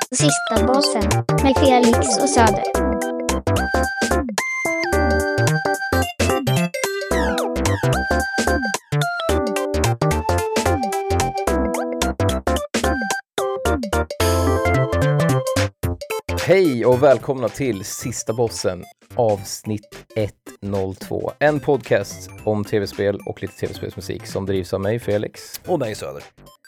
Sista bossen med Felix och Söder. Hej och välkomna till Sista bossen avsnitt 102. En podcast om tv-spel och lite tv-spelsmusik som drivs av mig, Felix. Och mig, Söder.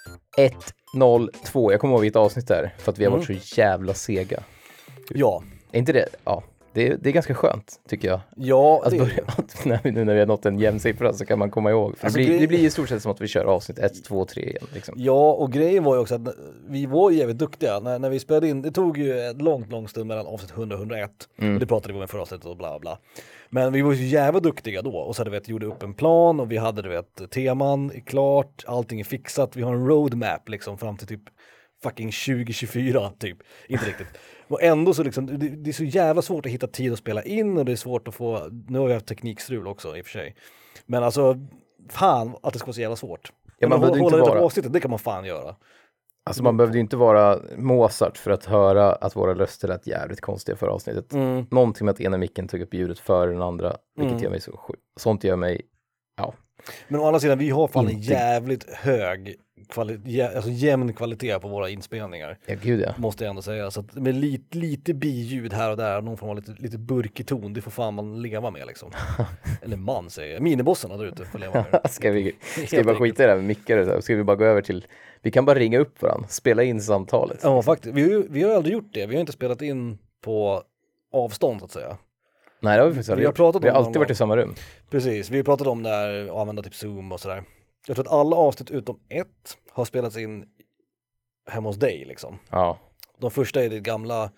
102. Jag kommer ihåg vilket avsnitt där för att vi har varit så jävla sega. Ja. Är inte det? Ja. Det är ganska skönt, tycker jag. Ja, att börja, när vi har nått en jämn siffra så kan man komma ihåg. För alltså, det blir i stort sett som att vi kör avsnitt 1, 2, 3 igen. Liksom. Ja, och grejen var ju också att vi var jävligt duktiga. När vi spelade in, det tog ju ett lång stund mellan avsnitt 100 och 101. Och det pratade vi om i förra avsnittet och bla bla. Men vi var ju jävla duktiga då. Och så hade vi gjorde upp en plan och vi hade teman klart. Allting är fixat. Vi har en roadmap liksom fram till typ fucking 2024 typ. Inte riktigt. Och ändå så liksom, det är så jävla svårt att hitta tid att spela in och det är svårt att få, nu har vi haft teknikstrul också i och för sig. Men alltså, fan att det ska vara så jävla svårt. Ja, man behövde inte vara avsnittet, det kan man fan göra. Alltså man behövde ju inte vara Mozart för att höra att våra röster lät jävligt konstiga för avsnittet. Någonting med att ena micken tog upp ljudet före den andra, vilket gör mig så sjukt. Sånt gör mig, ja. Men å andra sidan, vi har fan en jävligt hög alltså jämn kvalitet på våra inspelningar. Ja, gud ja. Måste jag ändå säga. Så att med lite biljud här och där, någon form av lite burkig ton, det får fan man leva med liksom. Eller man säger jag. Minibossen där ute får leva med. Ska vi bara skita i det här med mickar? Ska vi bara gå över till, vi kan bara ringa upp varandra, spela in samtalet. Ja, faktiskt. Vi har aldrig gjort det. Vi har inte spelat in på avstånd så att säga. Nej, det har vi faktiskt aldrig gjort. Vi har alltid varit i samma rum. Precis, vi har pratat om det här, använda typ Zoom och sådär. Jag tror att alla avsnitt utom ett har spelats in hemma hos dig liksom. Ja. De första är ditt gamla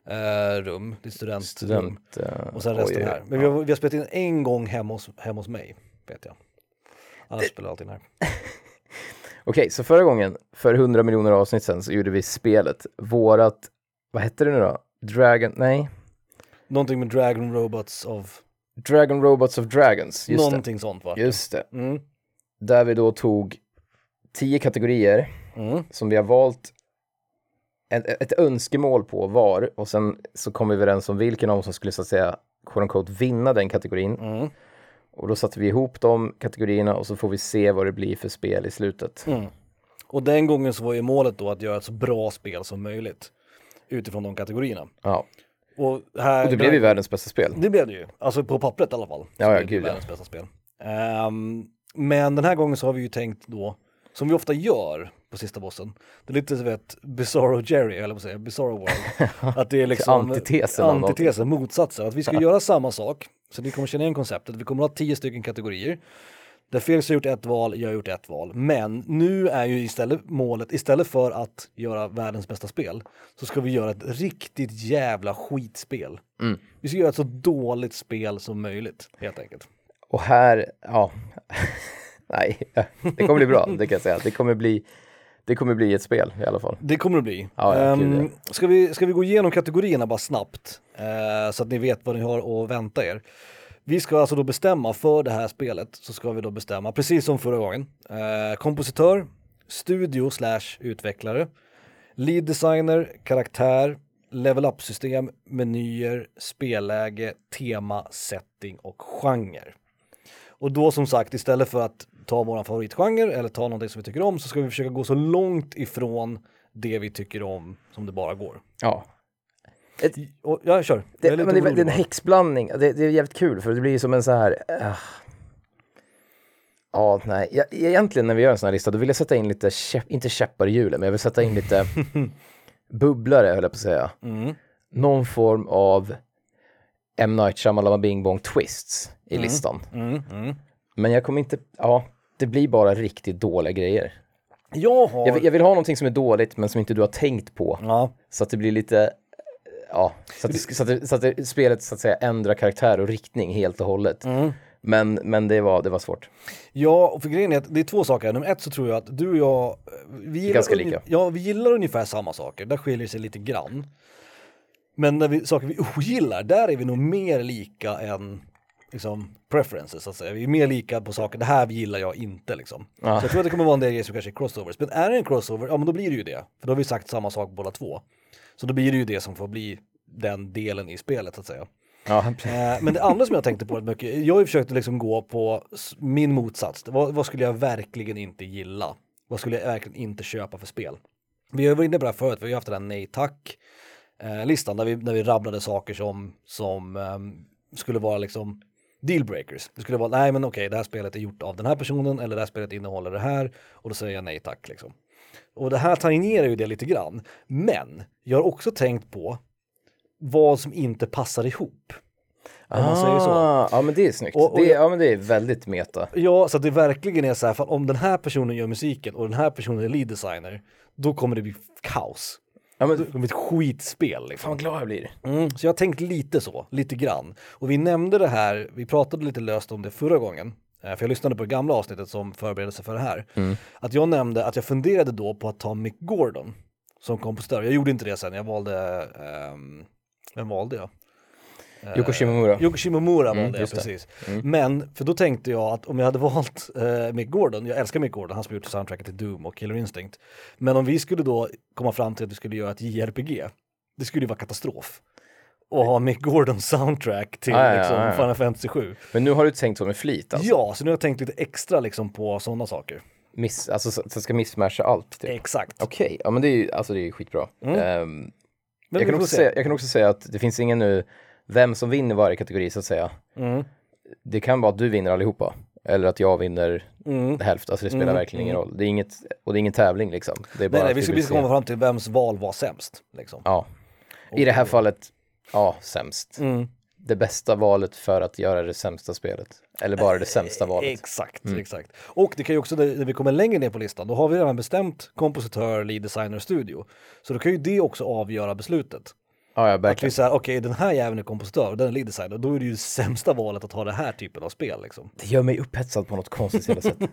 rum, ditt studentrum. Och sen resten här. Men vi har spelat in en gång hemma hos mig, vet jag. Annars spelar jag alltid här. Okej, så förra gången, för 100 miljoner avsnitt sen, så gjorde vi spelet. Vad hette det nu då? Någonting med Dragon Robots of Dragons, just någonting sånt va? Just det. Där vi då tog 10 kategorier som vi har valt ett önskemål på var, och sen så kom vi överens om vilken av oss som skulle så att säga vinna den kategorin. Och då satte vi ihop de kategorierna och så får vi se vad det blir för spel i slutet. Och den gången så var ju målet då att göra ett så bra spel som möjligt utifrån de kategorierna. Ja. Och det blev ju världens bästa spel. Det blev det ju. Alltså på pappret i alla fall. Ja, gud, världens bästa spel. Men den här gången så har vi ju tänkt då, som vi ofta gör på Sista bossen. Det är lite så vet Bizarro Jerry, eller vad säger Bizarro World. Att det är liksom antitesen, motsatsen. Att vi ska göra samma sak. Så ni kommer känna igen konceptet. Vi kommer att ha 10 stycken kategorier. Där Felix har gjort ett val, jag har gjort ett val. Men nu är ju istället för att göra världens bästa spel, så ska vi göra ett riktigt jävla skitspel. Vi ska göra ett så dåligt spel som möjligt, helt enkelt. Och här, ja, nej, det kommer bli bra, det kan jag säga. Det kommer bli ett spel i alla fall. Det kommer det bli. Ja, ska vi gå igenom kategorierna bara snabbt, så att ni vet vad ni har att vänta er. Vi ska alltså då bestämma för det här spelet, så ska vi då bestämma, precis som förra gången, kompositör, studio / utvecklare, lead designer, karaktär, level up-system, menyer, spelläge, tema, setting och genre. Och då som sagt, istället för att ta våran favoritgenre eller ta någonting som vi tycker om, så ska vi försöka gå så långt ifrån det vi tycker om som det bara går. Ja. Jag kör. Det är en häxblandning. Det är jävligt kul för det blir som en så här... egentligen när vi gör en sån här lista då vill jag sätta in lite, inte käppar i hjulen, men jag vill sätta in lite bubblare, höll jag på att säga. Någon form av M. Night Shyamalan Bing Bong twists i listan. Men jag kommer inte... Ja, det blir bara riktigt dåliga grejer. Jag vill ha någonting som är dåligt men som inte du har tänkt på. Ja. Så att det blir lite... Ja, så att spelet så att säga ändrar karaktär och riktning helt och hållet. Men det var svårt. Ja, och för grejen är att det är 2 saker. Nummer 1 så tror jag att du och jag... vi gillar ungefär samma saker. Där skiljer sig lite grann. Men när saker vi ogillar, där är vi nog mer lika än liksom, preferences så att säga. Vi är mer lika på saker, det här gillar jag inte liksom. Ja. Så jag tror att det kommer vara en del grejer som kanske är crossovers. Men är det en crossover, ja men då blir det ju det. För då har vi sagt samma sak båda två. Så då blir det ju det som får bli den delen i spelet så att säga. Ja. Men det andra som jag tänkte på rätt mycket, jag har ju försökt liksom gå på min motsats. Vad skulle jag verkligen inte gilla? Vad skulle jag verkligen inte köpa för spel? Vi har varit inne på det här förut, vi har haft den här nej tack listan där vi rabblade saker som skulle vara liksom dealbreakers. Det skulle vara, nej men okej, det här spelet är gjort av den här personen eller det här spelet innehåller det här och då säger jag nej tack liksom. Och det här tangerar ju det lite grann. Men jag har också tänkt på vad som inte passar ihop. Om man säger så. Ja men det är snyggt. Men det är väldigt meta. Ja, så att det verkligen är så här, för om den här personen gör musiken och den här personen är lead designer, då kommer det bli kaos. Ja, men Det kommer bli ett skitspel liksom. fan vad glad jag blir. Så jag har tänkt lite grann. Och vi nämnde det här, vi pratade lite löst om det förra gången. För jag lyssnade på det gamla avsnittet som förberedelse för det här. Att jag nämnde att jag funderade då på att ta Mick Gordon som kompositör. Jag gjorde inte det sen, jag valde, vem valde jag? Yoko Shimomura. Yoko Shimomura valde jag, just det. precis. Men, för då tänkte jag att om jag hade valt Mick Gordon, jag älskar Mick Gordon, han som gjort soundtracket till Doom och Killer Instinct. Men om vi skulle då komma fram till att vi skulle göra ett JRPG, det skulle ju vara katastrof. Och ha Mick Gordons soundtrack till Final Fantasy 7. Men nu har du tänkt så med flit alltså? Ja, så nu har jag tänkt lite extra liksom på sådana saker. Alltså så det ska missmatcha allt typ. Exakt. Okej, ja men det är ju skitbra. Men jag kan också säga att det finns ingen nu vem som vinner varje kategori så att säga. Det kan vara att du vinner allihopa. Eller att jag vinner hälften. Alltså det spelar verkligen ingen roll. Det är ingen tävling liksom. Det är bara nej, vi ska komma fram till vems val var sämst. Liksom. Ja. I det här fallet, sämst. Det bästa valet för att göra det sämsta spelet. Eller bara det sämsta valet. Exakt. Och det kan ju också, när vi kommer längre ner på listan, då har vi redan bestämt kompositör, lead designer, studio. Så då kan ju det också avgöra beslutet. Ja, att vi verkligen. säger, okej, den här jäveln är kompositör och den är lead designer, då är det ju det sämsta valet att ha det här typen av spel liksom. Det gör mig upphetsad på något konstigt jävla sätt.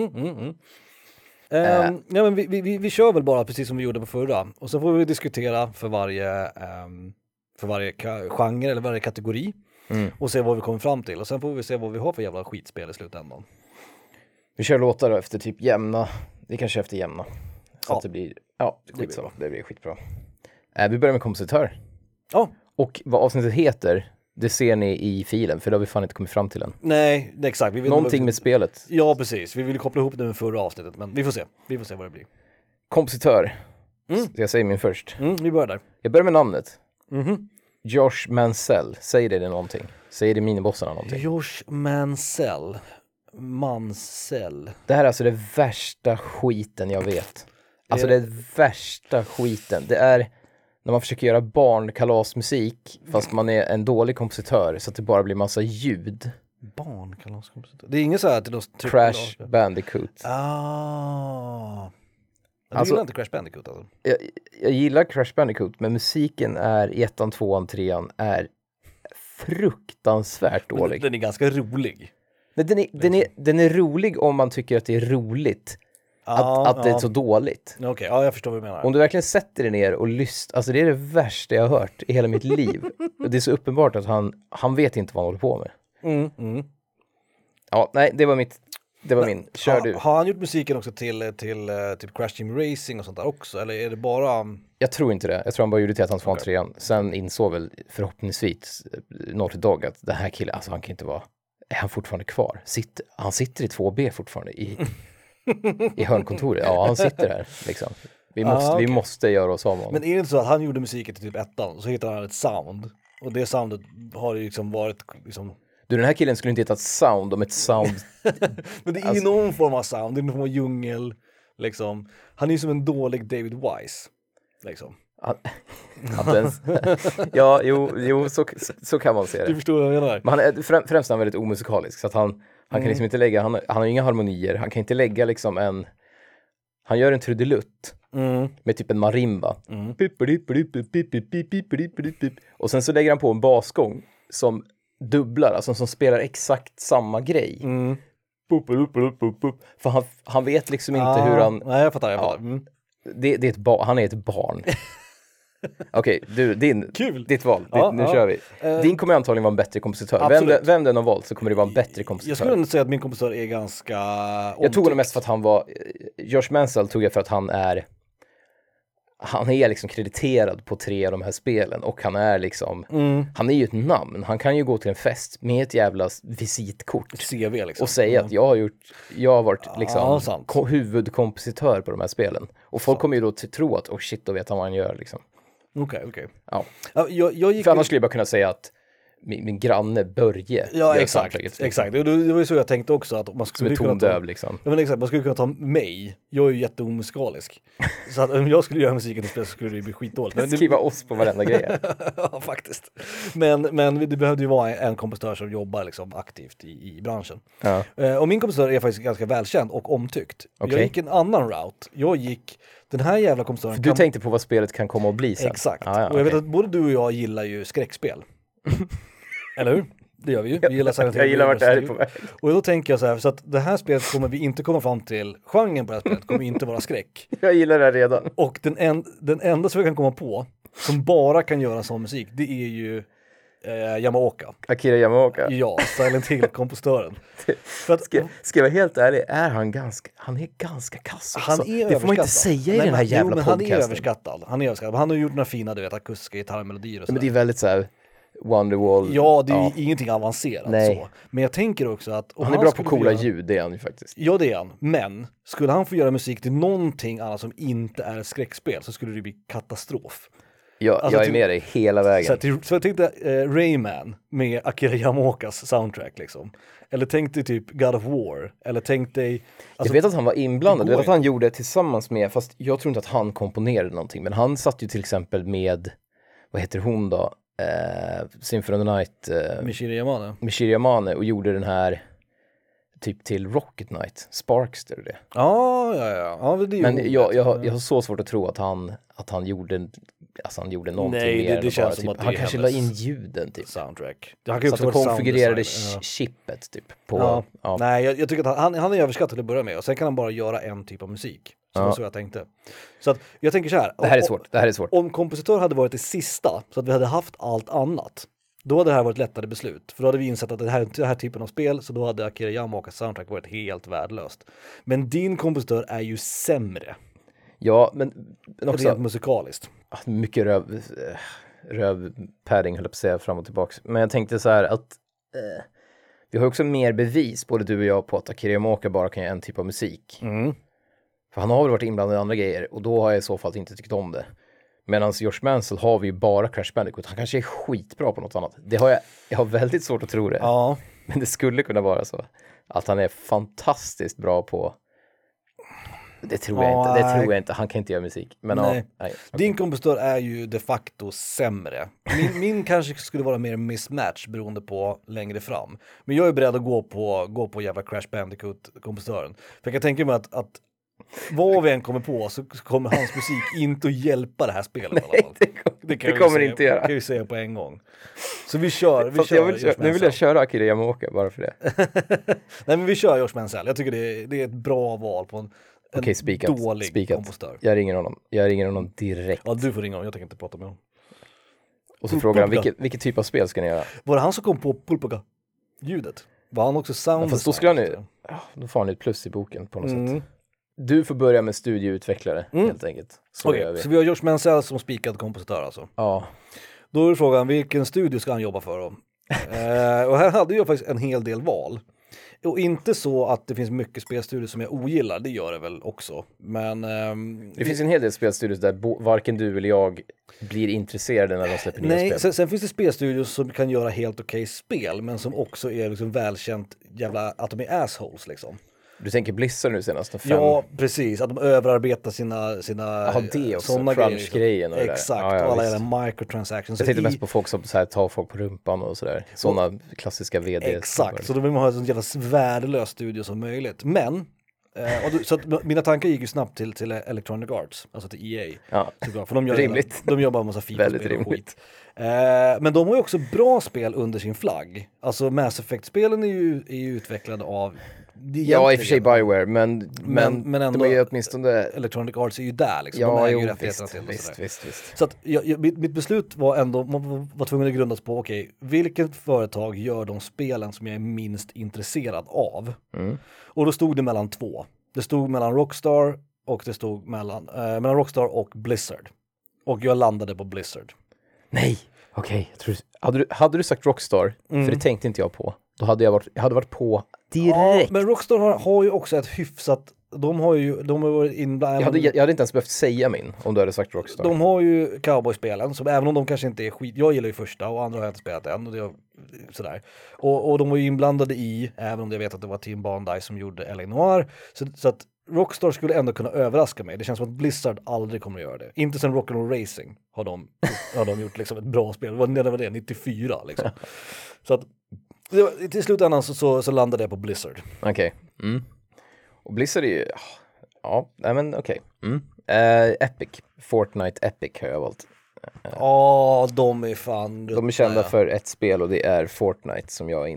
Ja, men vi kör väl bara precis som vi gjorde på förra. Och så får vi diskutera för varje genre eller varje kategori. Och se vad vi kommer fram till. Och sen får vi se vad vi har för jävla skitspel i slutändan. Vi kör låtar då efter typ jämna. Vi kan köra efter jämna. Så att det blir, det blir skitbra. Vi börjar med kompositör. Ja. Och vad avsnittet heter, det ser ni i filen. För det har vi fan inte kommit fram till än. Nej, det är exakt. Någonting med spelet. Ja, precis. Vi vill koppla ihop det med förra avsnittet. Men vi får se. Vi får se vad det blir. Kompositör. Jag säger min först. Vi börjar där. Jag börjar med namnet. Josh Mansell. Säger det någonting? Säger det minibossarna någonting? Josh Mansell. Det här är alltså det värsta skiten jag vet. Alltså det är värsta skiten. Det är när man försöker göra barnkalasmusik fast man är en dålig kompositör så att det bara blir massa ljud. Barnkalaskompositör. Det är inget så här till oss. Crash Bandicoot. Jag gillar inte Crash Bandicoot alltså. Jag gillar Crash Bandicoot, men musiken är i 1, 2, 3 är fruktansvärt dålig. Den är ganska rolig. Den är rolig om man tycker att det är roligt. Att det är så dåligt. Okej, jag förstår vad du menar. Om du verkligen sätter dig ner och lyssnar, alltså det är det värsta jag har hört i hela mitt liv. Och det är så uppenbart att han vet inte vad han håller på med. Ja, nej, det var min. Kör du. Har han gjort musiken också till typ Crash Team Racing och sånt där också? Eller är det bara... Jag tror inte det. Jag tror han bara gjorde till att han var 3. Sen insåg väl förhoppningsvis Naughty Dog att den här killen, alltså han kan inte vara... Är han fortfarande kvar? Han sitter i 2B fortfarande i hörnkontoret. Ja, han sitter här liksom. Vi måste göra oss av honom. Men är det inte så att han gjorde musiken till typ 1 så hittar han ett sound och det soundet har ju liksom varit liksom... Du, den här killen skulle inte heta ett sound om ett sound. Men det är ju någon form av sound, det är någon form av djungel liksom. Han är ju som en dålig David Wise liksom. Ja, jo så kan man se det. Du förstår vad jag menar. Men han är främst han väldigt omusikalisk så att han kan liksom inte lägga, han har inga harmonier, han kan inte lägga liksom han gör en trudelutt med typ en marimba. Och sen så lägger han på en basgång som dubblar, alltså som spelar exakt samma grej. För han vet liksom inte hur han... Nej, jag fattar. Han är ett barn. Okej, Kul. ditt val. Ja, Nu ja. kör vi. Din kommer antagligen vara en bättre kompositör. Absolut. Vem den har valt så kommer det vara en bättre kompositör. Jag skulle ändå säga att min kompositör är ganska Jag tog honom mest för att han var... Josh Mansell tog jag för att han är liksom krediterad på 3 av de här spelen och han är liksom, han är ju ett namn. Han kan ju gå till en fest med ett jävla visitkort CV liksom. och säga att jag har varit liksom sant. huvudkompositör på de här spelen. Och folk kommer ju då tro att, shit, då vet han vad han gör liksom. Okej. Ja. Ja, jag gick För annars skulle jag bara kunna säga att min granne Börje Ja, gör exakt. soundtracket. Exakt. Det var ju så jag tänkte också att man Som skulle är kunna tondöv liksom. Ja, men exakt, man skulle kunna ta mig. Jag är ju jätteomusikalisk. Så att om jag skulle göra musiken till spel så skulle det bli skitdåligt. Men Skriva oss på varenda grej. Ja, faktiskt. Men det behövde ju vara en kompositör som jobbar liksom aktivt i branschen. Ja. Och min kompositör är faktiskt ganska välkänd och omtyckt. Okej. Jag gick en annan route. Jag gick den här jävla kompositören. Du tänkte på vad spelet kan komma att bli sen. Exakt. Ja, och jag vet okej. att både du och jag gillar ju skräckspel. Eller hur? Det gör vi ju. Vi gillar Silent Hill. Jag gillar vart det här är på väg. Och då tänker jag så här, så att det här spelet kommer vi inte komma fram till, genren på det här spelet kommer inte vara skräck. Jag gillar det här redan. Och den enda som jag kan komma på, som bara kan göra sån musik, det är ju Yamaoka. Akira Yamaoka. Ja, Silent Hill-kompositören. För att, Ska jag vara helt ärlig, han är ganska kass han också. är Det får man inte säga i den här jävla men podcasten. han är överskattad. Han har gjort några fina, du vet, akustiska gitarrmelodier och så. Men det är väldigt så här Wonderwall. Ja, det är ingenting avancerat Nej. så. Men jag tänker också att... om Han är bra på skulle coola göra- ljud, det är han ju faktiskt. Ja, det är han. Men skulle han få göra musik till någonting annat som inte är ett skräckspel så skulle det bli katastrof. Alltså, Jag är med dig hela vägen. Så jag tänkte Rayman med Akira Yamaokas soundtrack liksom. Eller tänk dig typ God of War. Eller tänk dig... Jag vet att han var inblandad, det jag går vet att han gjorde tillsammans med, fast jag tror inte att han komponerade någonting, men han satt ju till exempel med, vad heter hon då? Symphony of the Night, Michiru Yamane. Michiru Yamane, och gjorde den här typ till Rocket Knight, Sparkster och det. Ja, det är Men jag har så svårt att tro att han gjorde, alltså han gjorde någonting Nej, mer det än känns bara, som typ, att det han är kanske la hennes in ljuden typ. soundtrack. Han kan ju Så också att vara de konfigurerade sounddesign. chippet typ på, ja. Nej, jag tycker att han är överskattad till att börja med och sen kan han bara göra en typ av musik. Så det var så jag tänkte. Så att jag tänker så här. Det här är svårt. Om kompositör hade varit det sista, så att vi hade haft allt annat, då hade det här varit lättare beslut. För då hade vi insett att det här typen av spel, så då hade Akira Yamaokas soundtrack varit helt värdelöst. Men din kompositör är ju sämre, Ja, men också rent musikaliskt. mycket rövpadding höll jag på att säga fram och tillbaka. Men jag tänkte så här att vi har också mer bevis, både du och jag, på att Akira Yamaoka bara kan göra en typ av musik. För han har väl varit inblandad i andra grejer, och då har jag i så fall inte tyckt om det. Medan Josh Mansell har vi ju bara Crash Bandicoot. Han kanske är skitbra på något annat. Jag har väldigt svårt att tro det. Ja. Men det skulle kunna vara så. Att han är fantastiskt bra på... Det tror jag inte. Han kan inte göra musik. Men Nej. Nej. Din kompositör är ju de facto sämre. Min kanske skulle vara mer mismatch beroende på längre fram. Men jag är beredd att gå på jävla Crash Bandicoot-kompositören. För jag kan tänka mig att vad vi än kommer på så kommer hans musik inte att hjälpa det här spelet. Nej, Det kan det kommer det inte göra. kan vi säga på en gång. Så vi kör Fast Josh nu vill Mansell. jag köra Akira Yamaoka bara för det. Nej, men vi kör Josh Mansell. Jag tycker det är ett bra val på en Okej, spikat. dålig kompositör. Jag ringer honom direkt. Ja, du får ringa honom. Jag tänker inte prata med honom. Och så frågar han, vilket typ av spel ska ni göra? Var det han som kom på Pulpaga-ljudet? Var han också sound? Fast då skulle han ju... Då får han ett plus i boken på något sätt. Du får börja med studieutvecklare, helt enkelt. Så gör vi. Så vi har Josh Mansell som spikad kompositör alltså. Ja. Då är frågan, vilken studio ska han jobba för då? Och här hade jag faktiskt en hel del val. Och inte så att det finns mycket spelstudier som jag ogillar, det gör det väl också. Men... det finns en hel del spelstudios där varken du eller jag blir intresserade när de släpper nya spel. Sen finns det spelstudios som kan göra helt okej spel, men som också är liksom välkänt jävla att de är assholes liksom. Du tänker Blizzard nu senast? Ja, precis. Att de överarbetar sina ja, det också. såna Crunch-grejen och det där. Exakt, Ja, och alla visst. jävla microtransactions. Jag tänkte mest på folk som så här, tar folk på rumpan och sådär. Sådana klassiska vd. Exakt, så då vill man ha en sån jävla värdelös studio som möjligt. Men, så att mina tankar gick ju snabbt till Electronic Arts, alltså till EA. Ja, För de gör rimligt. De gör bara en massa Väldigt FIFA-spel och rimligt. skit. Men de har ju också bra spel under sin flagg. Alltså Mass Effect-spelen är ju utvecklade av Ja, i och för sig BioWare, men ändå, de är ju åtminstone... Electronic Arts är ju där liksom. Ja, de äger ju rättigheterna till visst. Så att mitt beslut var ändå, man var tvungen att grundas på, okej, vilket företag gör de spelen som jag är minst intresserad av? Och då stod det mellan två. Det stod mellan Rockstar och det stod mellan Rockstar och Blizzard. Och jag landade på Blizzard. Nej, okej. Hade du sagt Rockstar, för det tänkte inte jag på, då hade jag varit på direkt. Ja, men Rockstar har ju också ett hyfsat, de har varit inblandade. Jag hade inte ens behövt säga min om du hade sagt Rockstar. De har ju Cowboy-spelen, som även om de kanske inte är skit, jag gillar ju första och andra har jag inte spelat än, och det sådär. Och de var ju inblandade i, även om jag vet att det var Team Bondi som gjorde L.A. Noire, så att Rockstar skulle ändå kunna överraska mig. Det känns som att Blizzard aldrig kommer att göra det. Inte sen Rock'n'Roll Racing har de gjort liksom ett bra spel. Det var det, 94 liksom. Så att till slutändan så landade jag på Blizzard. Okej. Och Blizzard är ju... Ja, nej men okej. Epic. Fortnite Epic har jag valt. Ja, de är fan... De är kända för ett spel och det är Fortnite som jag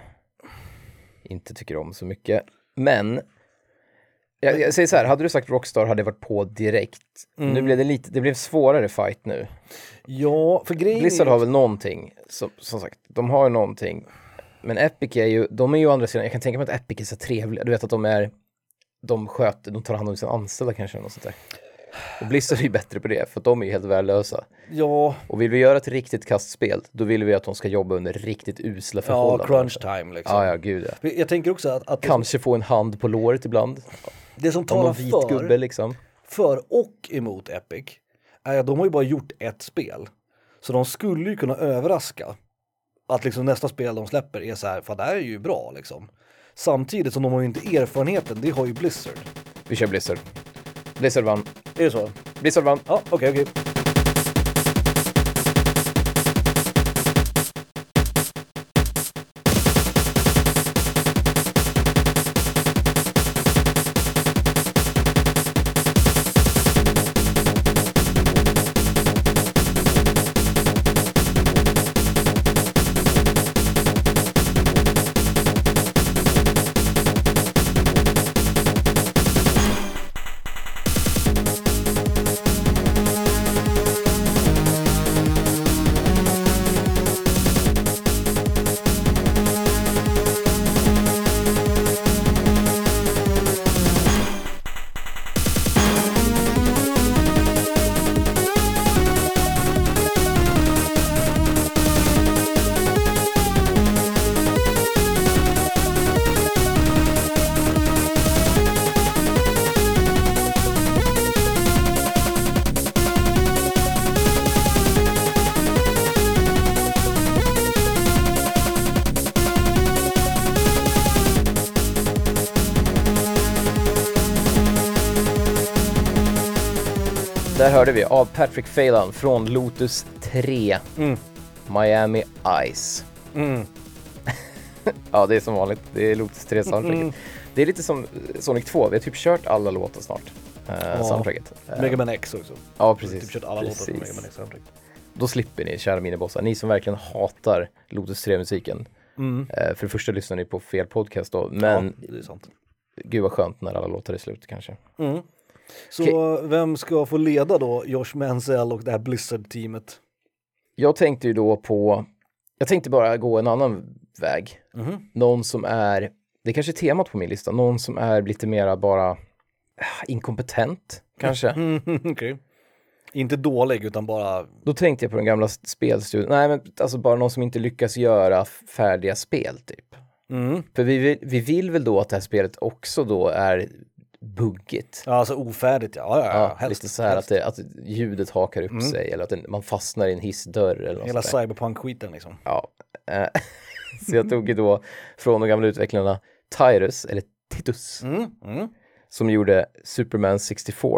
inte tycker om så mycket. Men... Jag säger så här, hade du sagt Rockstar hade jag varit på direkt. Nu blev det blev svårare fight nu. Ja, för grejen Blizzard har väl någonting, som sagt, de har ju någonting. Men Epic de är ju å andra sidan, jag kan tänka mig att Epic är så trevliga. Du vet att de tar hand om sina anställda kanske, något sånt där. Och Blizzard är ju bättre på det, för att de är ju helt värdelösa. Ja. Och vill vi göra ett riktigt kastspel, då vill vi att de ska jobba under riktigt usla förhållanden. Ja, crunch time liksom. Ja, gud ja. Jag tänker också att kanske få en hand på låret ibland. Det som talar vit gubbe, liksom. för och emot Epic är att de har ju bara gjort ett spel. Så de skulle ju kunna överraska att liksom nästa spel de släpper är så här, för det här är ju bra liksom. Samtidigt som de har ju inte erfarenheten, det har ju Blizzard. Vi kör Blizzard. Blizzard vann. Är det så? Blizzard vann. Ja, okej. Där hörde vi av Patrick Phelan från Lotus 3. Miami Ice. Ja, det är som vanligt. Det är Lotus 3 soundtracket. Det är lite som Sonic 2. Vi har typ kört alla låtar snart. Soundtracket. Mega Man X också. Ja, precis. Typ kört alla låtar från Mega Man X soundtrack. Då slipper ni, kära minibossar. Ni som verkligen hatar Lotus 3-musiken. För det första lyssnar ni på fel podcast då. Men ja, det är sant. Gud vad skönt när alla låtar är slut kanske. Så vem ska få leda då Josh Mansell och det här Blizzard-teamet? Jag tänkte bara gå en annan väg. Någon som är, det är kanske temat på min lista, någon som är lite mera bara inkompetent kanske. Okej. Inte dålig utan bara... Då tänkte jag på den gamla spelstudion. Nej, men alltså bara någon som inte lyckas göra färdiga spel typ. För vi vill väl då att det här spelet också då är buggigt. Ja, alltså ofärdigt, ja. Helst, lite så här att ljudet hakar upp sig eller att man fastnar i en hissdörr eller något. Hela cyberpunk-skiten liksom. Ja. Så jag tog ju då från de gamla utvecklarna Titus, eller Titus, som gjorde Superman 64.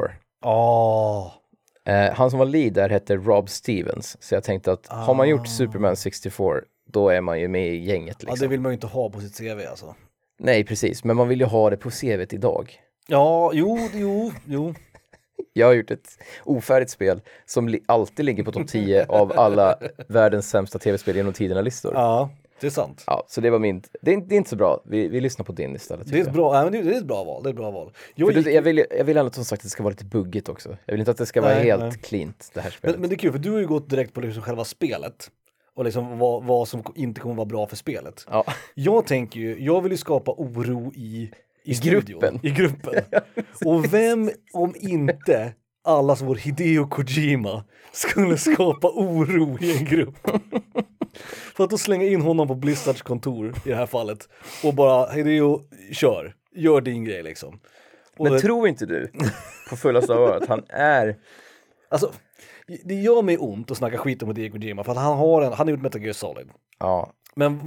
Han som var lead där hette Rob Stevens. Så jag tänkte att har man gjort Superman 64, då är man ju med i gänget liksom. Ja, det vill man ju inte ha på sitt CV alltså. Nej, precis. Men man vill ju ha det på CVt idag. Ja, jo. Jag har gjort ett ofärdigt spel som alltid ligger på topp 10 av alla världens sämsta tv-spel genom tiderna-listor. Ja. Det är sant. Ja, så det var min... Det är inte så bra. Vi lyssnar på din istället. Det är ett bra, det är ett bra val. Det är ett bra val. Jag vill ändå som sagt att det ska vara lite buggigt också. Jag vill inte att det ska vara helt cleant, det här spelet. Men det är kul, för du har ju gått direkt på liksom själva spelet. Och liksom vad som inte kommer vara bra för spelet. Ja. Jag tänker ju, jag vill ju skapa oro i gruppen. I gruppen. Och vem om inte alla som vår Hideo Kojima skulle skapa oro i en grupp. För att då slänga in honom på Blizzards kontor i det här fallet. Och bara, Hideo, gör din grej liksom. Och men tror inte du på fullaste av att han är... Alltså, det gör mig ont att snacka skit om Hideo Kojima, för att han har gjort Metal Gear Solid. Ja. Men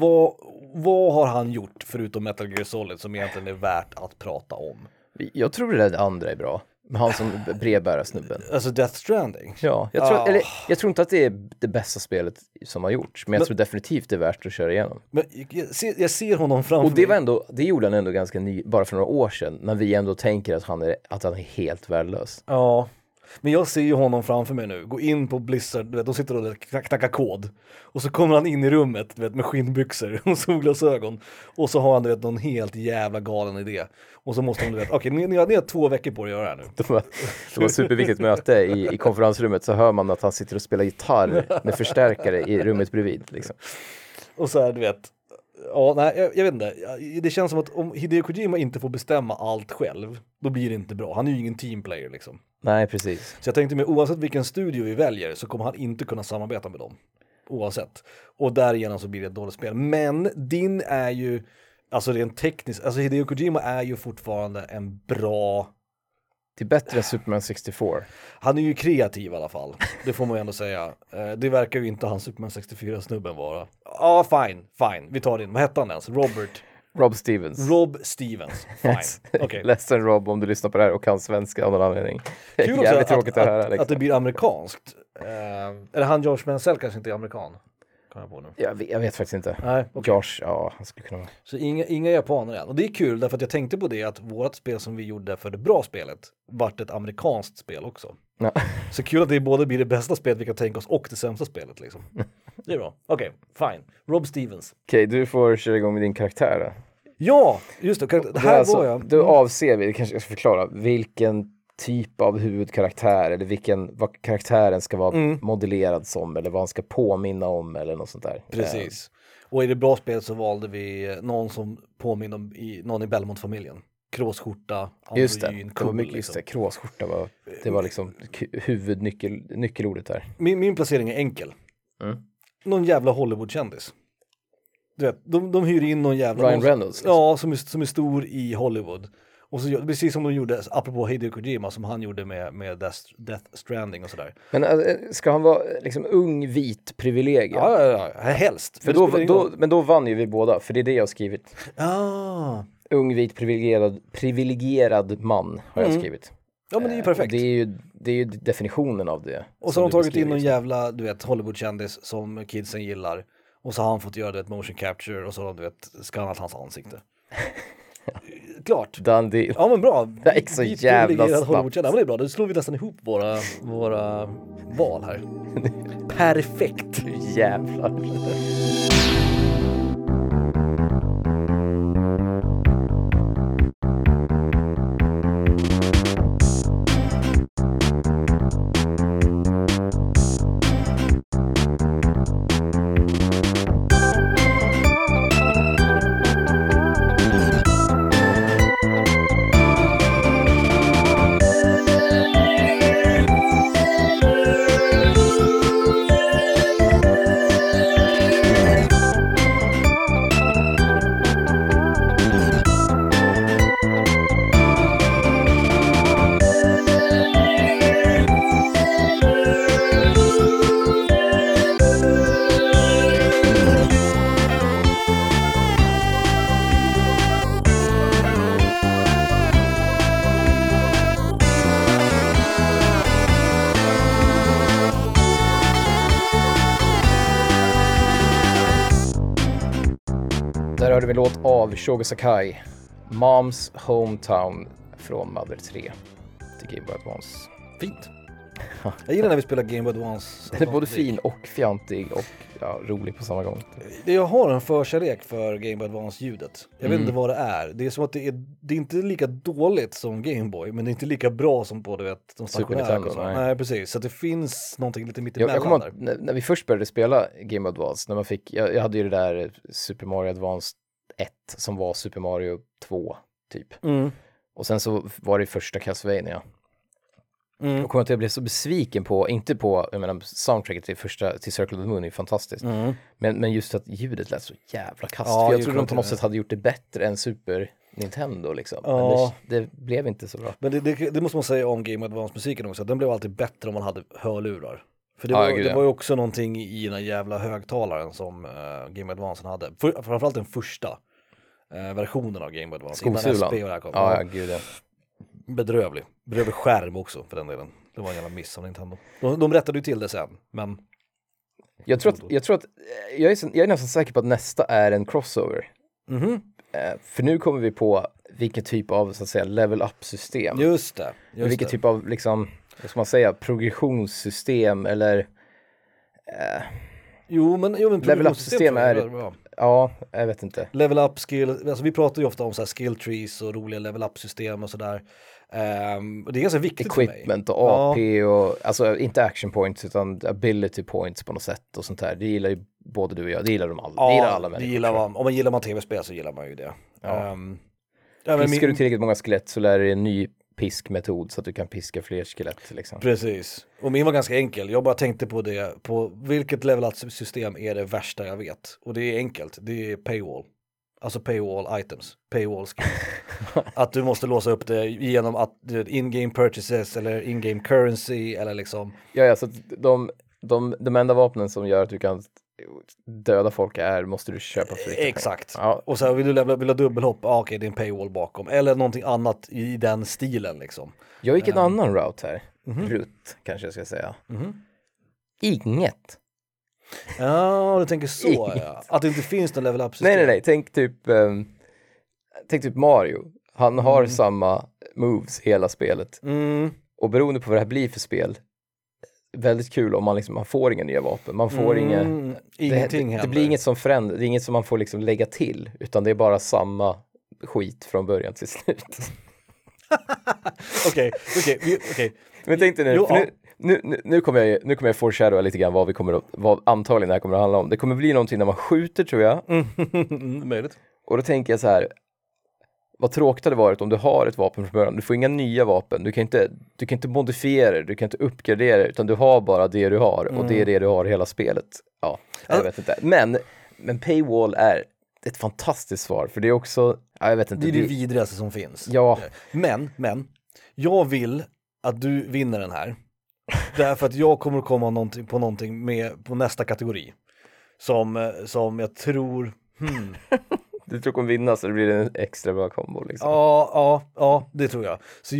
vad har han gjort förutom Metal Gear Solid som egentligen är värt att prata om? Jag tror det andra är bra. Han som brevbärare-snubben. Alltså Death Stranding? Ja, jag tror inte att det är det bästa spelet som har gjorts. Men jag tror definitivt det är värt att köra igenom. Men jag ser honom framför och det var ändå, det gjorde han ändå ganska bara för några år sedan. När vi ändå tänker att han är helt värdelös. Ja. Men jag ser ju honom framför mig nu. Gå in på Blizzard, du vet, de sitter och knackar kod. Och så kommer han in i rummet, du vet, med skinnbyxor och solglasögon. Och så har han, du vet, någon helt jävla galen idé. Och så måste han, du vet, okej, ni har 2 veckor på att göra det här nu. Det var superviktigt möte i konferensrummet, så hör man att han sitter och spelar gitarr med förstärkare i rummet bredvid. Liksom. Och så här, du vet, ja, nej, jag vet inte. Det känns som att om Hideo Kojima inte får bestämma allt själv, då blir det inte bra. Han är ju ingen teamplayer liksom. Nej, precis. Så jag tänkte mig, oavsett vilken studio vi väljer så kommer han inte kunna samarbeta med dem. Oavsett. Och därigenom så blir det ett dåligt spel. Men din är ju, alltså rent tekniskt, alltså Hideo Kojima är ju fortfarande en bra... Det är bättre än Superman 64. Han är ju kreativ i alla fall. Det får man ju ändå säga. Det verkar ju inte han Superman 64-snubben vara. Ja, fine. Vi tar in. Vad hette han ens? Rob Stevens. Rob Stevens. Fine. Okay. Ledsen Rob om du lyssnar på det här och kan svenska av någon anledning. Kul också jävligt tråkigt att höra. Att det blir amerikanskt. Eller han Josh Mansell kanske inte är amerikan. Kan jag på nu. Jag vet faktiskt inte. Nej, okay. Josh, ja, han skulle kunna vara. Så inga japaner än. Och det är kul därför att jag tänkte på det att vårt spel som vi gjorde för det bra spelet vart ett amerikanskt spel också. Ja. Så kul att det både blir det bästa spelet vi kan tänka oss och det sämsta spelet liksom. Det är bra. Okej, fine. Rob Stevens. Okej, du får köra igång med din karaktär då. Ja, just det. Det här alltså, var jag. Då avser vi, det kanske jag ska förklara, vilken typ av huvudkaraktär eller vad karaktären ska vara modellerad som eller vad han ska påminna om eller något sånt där. Precis. Och i det bra spelet så valde vi någon som påminner om någon i Belmont-familjen. Kråsskjorta, androgyn, just det var mycket, just det, kråsskjorta var liksom nyckelordet där. Min placering är enkel. Någon jävla Hollywood-kändis. Du vet, de hyr in någon jävla... Ryan Reynolds. Liksom. Ja, som är stor i Hollywood. Och så, precis som de gjorde, apropå Hideo Kojima, som han gjorde med Death Stranding och sådär. Men ska han vara liksom ung, vit, privilegier? Ja, helst. Men då vann ju vi båda, för det är det jag har skrivit. Ah. Ung, vit, privilegierad man har jag skrivit. Ja, men det är ju perfekt. Det är ju definitionen av det. Och så har de tagit in någon jävla, du vet, Hollywood-kändis som kidsen gillar. Och så har han fått göra ett motion capture och så har de, du vet, skannat hans ansikte. Klart. Done deal. Ja, men bra. Det är så jävla snabbt. Ja, men det är bra. Då slår vi nästan ihop våra val här. Perfekt. Jävlar. Där hörde vi låt av Shogo Sakai, Mom's Hometown från Mother 3 till Game Boy Advance. Fint. Jag gillar när vi spelar Game Boy Advance. Den är både fin och fjantig och rolig på samma gång. Jag har en förkärlek för Game Boy Advance-ljudet. Jag vet inte vad det är. Det är som att det är inte lika dåligt som Game Boy, men det är inte lika bra som på de stationära. Nej, precis. Så att det finns någonting lite mitt emellan jag kommer när vi först började spela Game Boy Advance, när man fick, jag hade ju det där Super Mario Advance 1 som var Super Mario 2 typ. Och sen så var det första Castlevania. Och kommer att jag blev så besviken på, inte på, jag menar, soundtracket till Circle of the Moon är fantastiskt. Men just att ljudet lät så jävla kast. För jag tror de på något sätt hade gjort det bättre än Super Nintendo liksom. Men det blev inte så bra. Men det måste man säga om Game Advance-musiken också. Den blev alltid bättre om man hade hörlurar. För det var ju också någonting i den jävla högtalaren som Game Advance hade. Framförallt den första versionen av Game Advance. Skosulan. Ja, gud ja. Bedrövlig skärm också för den delen. Det var en jävla miss av Nintendo. De rättade ju till det sen, men jag är nästan säker på att nästa är en crossover. För nu kommer vi på vilken typ av, så att säga, level up system. Just det. Vilken typ av, liksom, vad ska man säga, progressionssystem eller men level up system är ja, jag vet inte. Level up skill, alltså vi pratar ju ofta om så här skill trees och roliga level up system och sådär. Och det är ganska viktigt equipment för mig. Och AP och alltså inte action points utan ability points på något sätt och sånt där. Det gillar ju både du och jag. Det gillar de alla. Det gillar alla människor. Om man gillar tv-spel så gillar man ju det. Piskar du tillräckligt många skelett så lär du en ny piskmetod så att du kan piska fler skelett liksom. Precis. Och min var ganska enkel. Jag bara tänkte på det. På vilket level up system är det värsta jag vet. Och det är enkelt. Det är paywall. Alltså paywall items. Paywall skills. Att du måste låsa upp det genom att in-game purchases eller in-game currency eller liksom. Ja, så de enda vapnen som gör att du kan döda folk måste du köpa för riktigt. Exakt. Ja. Och så vill du ha dubbelhopp, okej, det är en paywall bakom. Eller någonting annat i den stilen liksom. Jag gick en annan route här. Rutt, kanske jag ska säga. Inget. Ja, du tänker så. Ja. Att det inte finns någon level up system. Nej. Tänk typ Mario. Han har samma moves hela spelet. Och beroende på vad det här blir för spel, väldigt kul om man får inga nya vapen. Man får ingenting det blir inget som förändras. Det är inget som man får liksom lägga till, utan det är bara samma skit från början till slut. Okej. Men tänk dig nu kommer jag foreshadowa lite grann vad antagligen det här kommer att handla om. Det kommer bli någonting när man skjuter, tror jag. Möjligt. Och då tänker jag så här, vad tråkigt hade varit om du har ett vapen från början. Du får inga nya vapen. Du kan inte modifiera det, du kan inte uppgradera det, utan du har bara det du har. Och det är det du har hela spelet. Ja, jag vet inte. Men paywall är ett fantastiskt svar. För det är också, jag vet inte. Det är det vidrigaste som finns. Ja. Men, jag vill att du vinner den här. Därför att jag kommer att komma på någonting på nästa kategori. Som jag tror... Du tror kommer vinna så det blir en extra bra kombo liksom. Ja, det tror jag. Så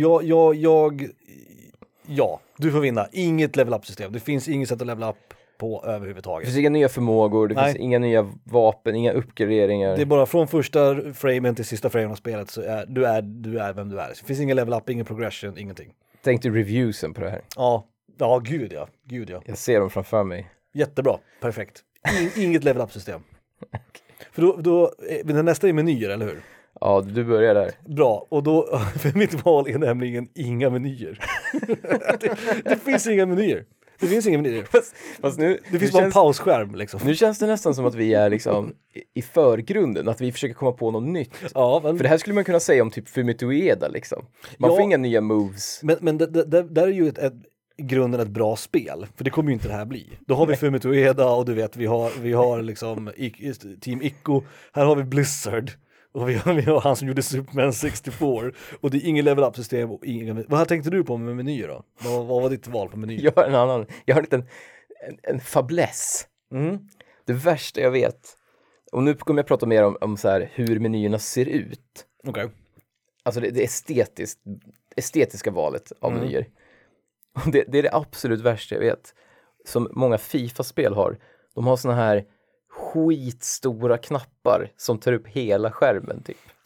ja, du får vinna. Inget level up system. Det finns inget sätt att level up på överhuvudtaget. Det finns inga nya förmågor, det finns inga nya vapen, inga uppgraderingar. Det är bara från första framen till sista framen av spelet så är du är vem du är. Det finns ingen level up, ingen progression, ingenting. Tänk dig reviewsen på det här. Ja, gud ja. Jag ser dem framför mig. Jättebra, perfekt. Inget level up system. För då den nästa är menyer, eller hur? Ja, du börjar där. Bra, och då, för mitt val är nämligen inga menyer. det finns inga menyer. Det finns inga menyer. Fast nu, det finns bara en pausskärm liksom. Nu känns det nästan som att vi är liksom i förgrunden, att vi försöker komma på något nytt. Ja, för det här skulle man kunna säga om typ Fumito Ueda liksom. Man får inga nya moves. Men där är ju i grunden ett bra spel, för det kommer ju inte det här bli. Då har vi Fumito Ueda och du vet, vi har liksom Team Ico, här har vi Blizzard och vi har han som gjorde Superman 64 och det är ingen level up system och vad tänkte du på med menyer då? Vad var ditt val på menyer? Jag har en liten en fäbless. Det värsta jag vet, och nu kommer jag prata mer om så här hur menyerna ser ut. Okej. Alltså det estetiska valet av menyer. Och det är det absolut värsta jag vet. Som många FIFA-spel har. De har såna här skitstora knappar som tar upp hela skärmen typ.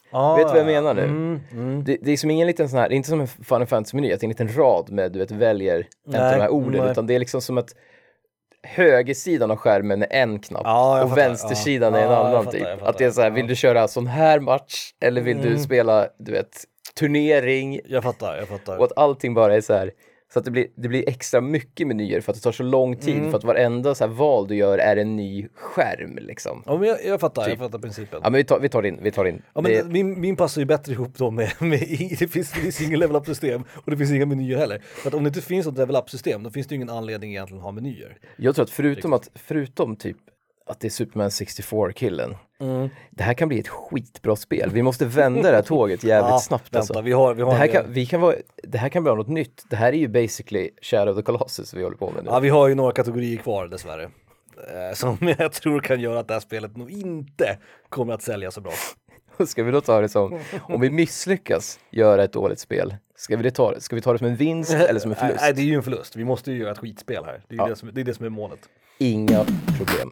Vet du vad jag menar nu? Det är som ingen liten sån här, det är inte som en Final Fantasy-meny, att det är en liten rad med, du vet, väljer de här orden, utan det är liksom som att högersidan av skärmen är en knapp och vänstersidan är en annan typ. Att det är så här, vill du köra sån här match eller vill du spela, du vet, turnering? Jag fattar. Och att allting bara är så här, så att det blir extra mycket menyer för att det tar så lång tid, för att varenda så här val du gör är en ny skärm liksom. Ja, men jag fattar principen. Ja, men vi tar in. Ja, men min passar ju bättre ihop då med det finns ingen level up system och det finns inga menyer heller. För att om det inte finns något level up system, då finns det ju ingen anledning egentligen att ha menyer. Jag tror att förutom typ att det är Superman 64-killen. Det här kan bli ett skitbra spel. Vi måste vända det här tåget jävligt snabbt. Vänta, alltså. vi har det här kan bli något nytt. Det här är ju basically Shadow of the Colossus vi håller på med nu. Ja, vi har ju några kategorier kvar dessvärre. Som jag tror kan göra att det här spelet nog inte kommer att sälja så bra. Ska vi då ta det som, om vi misslyckas göra ett dåligt spel, ska vi ta det som en vinst eller som en förlust? Nej, det är ju en förlust. Vi måste ju göra ett skitspel här. Det är det som är målet. Inga problem.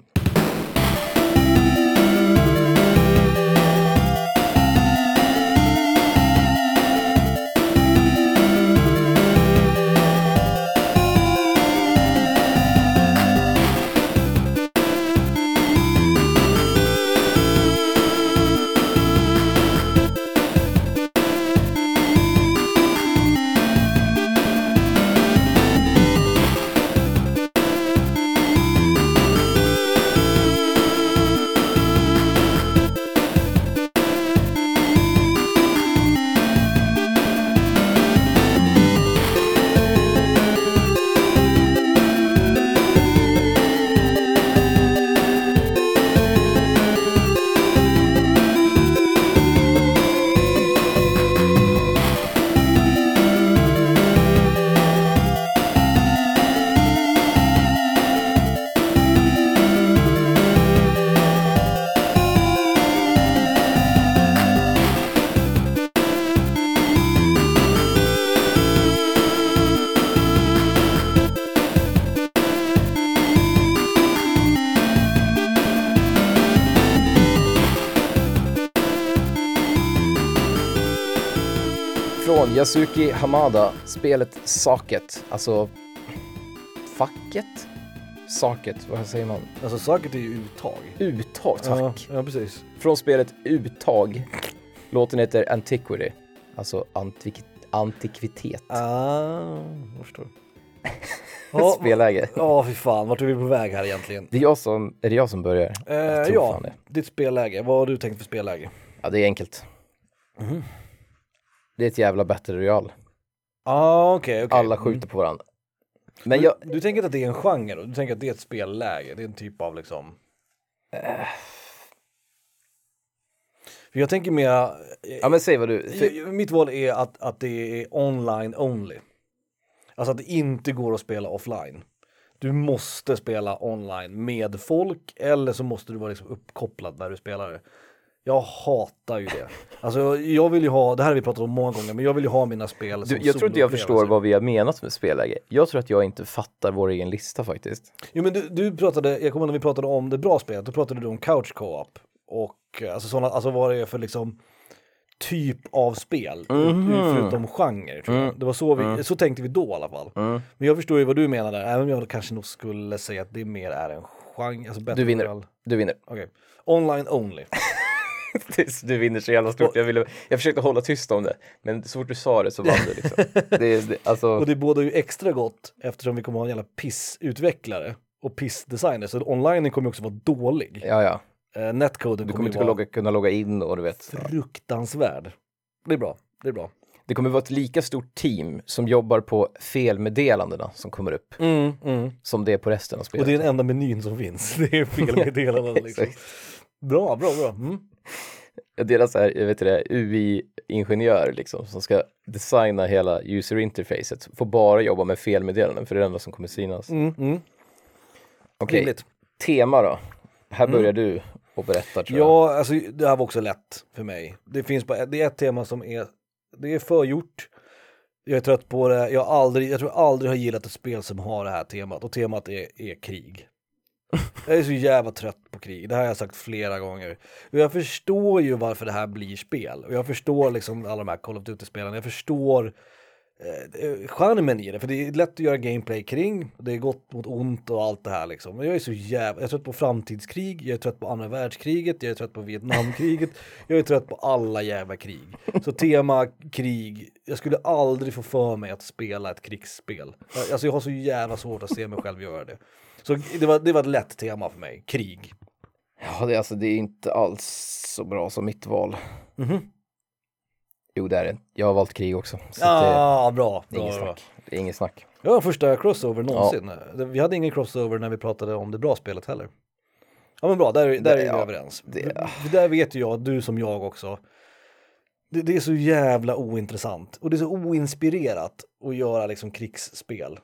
Från Yasuki Hamada, spelet Socket, alltså facket? Socket, vad säger man? Alltså socket är ju uttag. Uttag, tack. Ja, precis. Från spelet Uttag, låten heter Antiquity, alltså antikvitet. Jag förstår. Spelläge. Ja, fy fan, vart är vi på väg här egentligen? Är det jag som börjar? Jag tror fan det. Ditt spelläge, vad har du tänkt för spelläge? Ja, det är enkelt. Det är ett jävla Battle Royale. Okej. Alla skjuter på varandra. Men du tänker inte att det är en genre då? Du tänker att det är ett spelläge? Det är en typ av liksom... För jag tänker mer... Ja, men säg vad du... Mitt val är att det är online only. Alltså att det inte går att spela offline. Du måste spela online med folk, eller så måste du vara liksom uppkopplad när du spelar det. Jag hatar ju det. Alltså jag vill ju ha, det här har vi pratat om många gånger, men jag vill ju ha mina spel som jag tror inte jag förstår vad vi har menat med spelläge. Jag tror att jag inte fattar vår egen lista faktiskt. Jo, men du pratade, jag kommer ihåg när vi pratade om det bra spelet, då pratade du om couch co-op. Och alltså sådana, alltså vad det är för liksom typ av spel, förutom genre, tror jag. Det var så tänkte vi då i alla fall. Men jag förstår ju vad du menar där, även om jag kanske nog skulle säga att det mer är en genre. Alltså du vinner. Okej. Online only. Du vinner så jävla stort. Jag försökte hålla tyst om det, men så fort du sa det så vann du liksom. Alltså... Och det båda ju extra gott eftersom vi kommer ha en jävla pissutvecklare och pissdesigner, så online kommer också vara dålig. Ja. Netcoden du kommer inte kunna logga in och du vet. Fruktansvärd. Det är bra. Det kommer vara ett lika stort team som jobbar på felmeddelandena som kommer upp som det är på resten av spelet. Och det är den enda menyn som finns. Det är felmeddelandena liksom. Bra. Deras här, jag vet inte, UI-ingenjör liksom, som ska designa hela user interfacet får bara jobba med felmeddelanden, för det är det enda som kommer synas. Okej, tema då. Här börjar du och berätta, tror jag. Ja, alltså det här var också lätt för mig. Det är ett tema som det är förgjort. Jag är trött på det. Jag tror aldrig har gillat ett spel som har det här temat. Och temat är krig. Jag är så jävla trött på krig. Det här har jag sagt flera gånger. Och jag förstår ju varför det här blir spel. Och jag förstår liksom alla de här Call of Duty-spelen. Jag förstår charmen i det. För det är lätt att göra gameplay kring. Det är gott mot ont och allt det här liksom. Men jag är så jävla... Jag är trött på framtidskrig. Jag är trött på andra världskriget. Jag är trött på Vietnamkriget. Jag är trött på alla jävla krig. Så tema krig. Jag skulle aldrig få för mig att spela ett krigsspel. Alltså jag har så jävla svårt att se mig själv göra det. Så det var ett lätt tema för mig. Krig. Ja, det är inte alls så bra som mitt val. Jo, det är det. Jag har valt krig också. Så Bra. Det är inget snack. Det är inget snack. Det var första crossover någonsin. Ja. Vi hade ingen crossover när vi pratade om det bra spelet heller. Ja, men bra. Där är vi överens. Där vet ju jag, du som jag också. Det är så jävla ointressant. Och det är så oinspirerat att göra liksom krigsspel.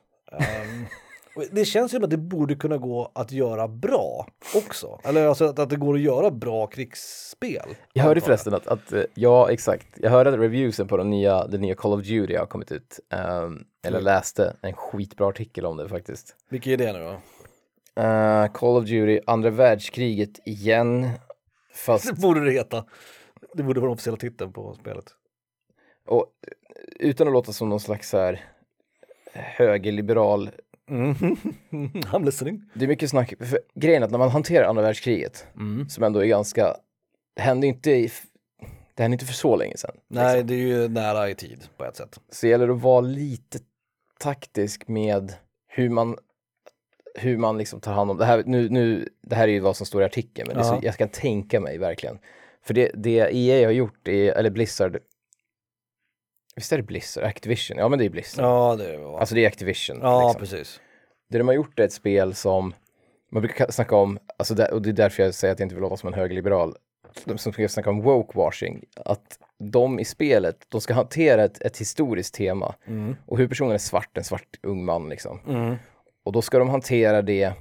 Det känns ju som att det borde kunna gå att göra bra också. Eller alltså att det går att göra bra krigsspel. Jag hörde förresten att ja, exakt. Jag hörde att reviewsen på den nya Call of Duty har kommit ut. Eller läste en skitbra artikel om det faktiskt. Vilken är det nu då? Call of Duty, andra världskriget igen. Fast... Det borde det heta. Det borde vara den officiella titeln på spelet. Och utan att låta som någon slags så här högerliberal... I'm listening. Det är mycket snack. För grejen är att när man hanterar andra världskriget, som ändå är ganska... Det hände inte för så länge sedan. Nej, liksom. det är ju nära i tid på ett sätt. Så gäller det att vara lite taktisk med hur man liksom tar hand om det här. Nu det här är ju vad som står i artikeln, men det är så, jag ska tänka mig verkligen. För det EA har gjort, eller Blizzard... Visst är det Blizzard? Activision? Ja, men det är Blizzard. Ja, det är alltså det är Activision. Ja, liksom. precis. Det de har gjort är ett spel som man brukar snacka om, alltså och det är därför jag säger att jag inte vill låta som en högerliberal. De som brukar snacka om woke-washing. Att de i spelet, de ska hantera ett historiskt tema. Och huvudpersonen är en svart ung man liksom. Och då ska de hantera det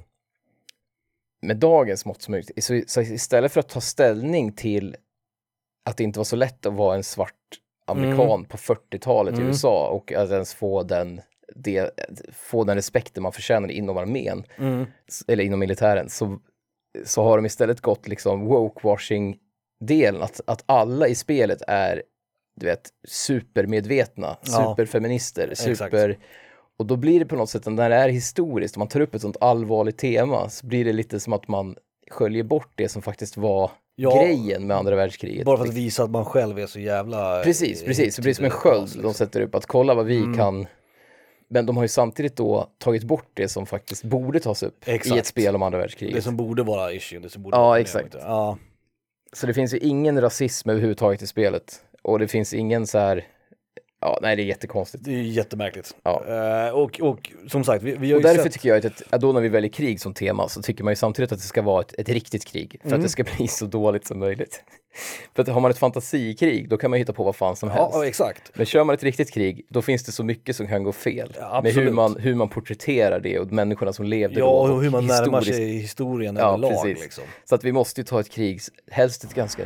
med dagens mått som möjligt. Så istället för att ta ställning till att det inte var så lätt att vara en svart amerikan på 40-talet i USA och att ens få den respekten man förtjänar inom armén eller inom militären, så har de istället gått liksom woke-washing-delen, att alla i spelet är, du vet, supermedvetna, superfeminister, och då blir det på något sätt, när det är historiskt och man tar upp ett sånt allvarligt tema, så blir det lite som att man sköljer bort det som faktiskt var grejen med andra världskriget. Bara för att visa att man själv är så jävla... Precis. Så det blir som en sköld de sätter upp, att kolla vad vi kan. Men de har ju samtidigt då tagit bort det som faktiskt borde tas upp i ett spel om andra världskriget. Det som borde vara issue, det som borde vara... Exakt. Ja. Så det finns ju ingen rasism överhuvudtaget i spelet. Och det finns ingen så här... Ja, nej, det är jättekonstigt. Det är jättemärkligt. Ja. Och som sagt, vi har ju och därför tycker jag att då när vi väljer krig som tema, så tycker man ju samtidigt att det ska vara ett riktigt krig. För att det ska bli så dåligt som möjligt. För att har man ett fantasikrig, då kan man hitta på vad fan som helst. Ja, exakt. Men kör man ett riktigt krig, då finns det så mycket som kan gå fel. Ja, med hur man porträtterar det och människorna som levde då. Ja, och hur man närmar sig historien överlag. Liksom. Så att vi måste ju ta ett krig, helst ett ganska...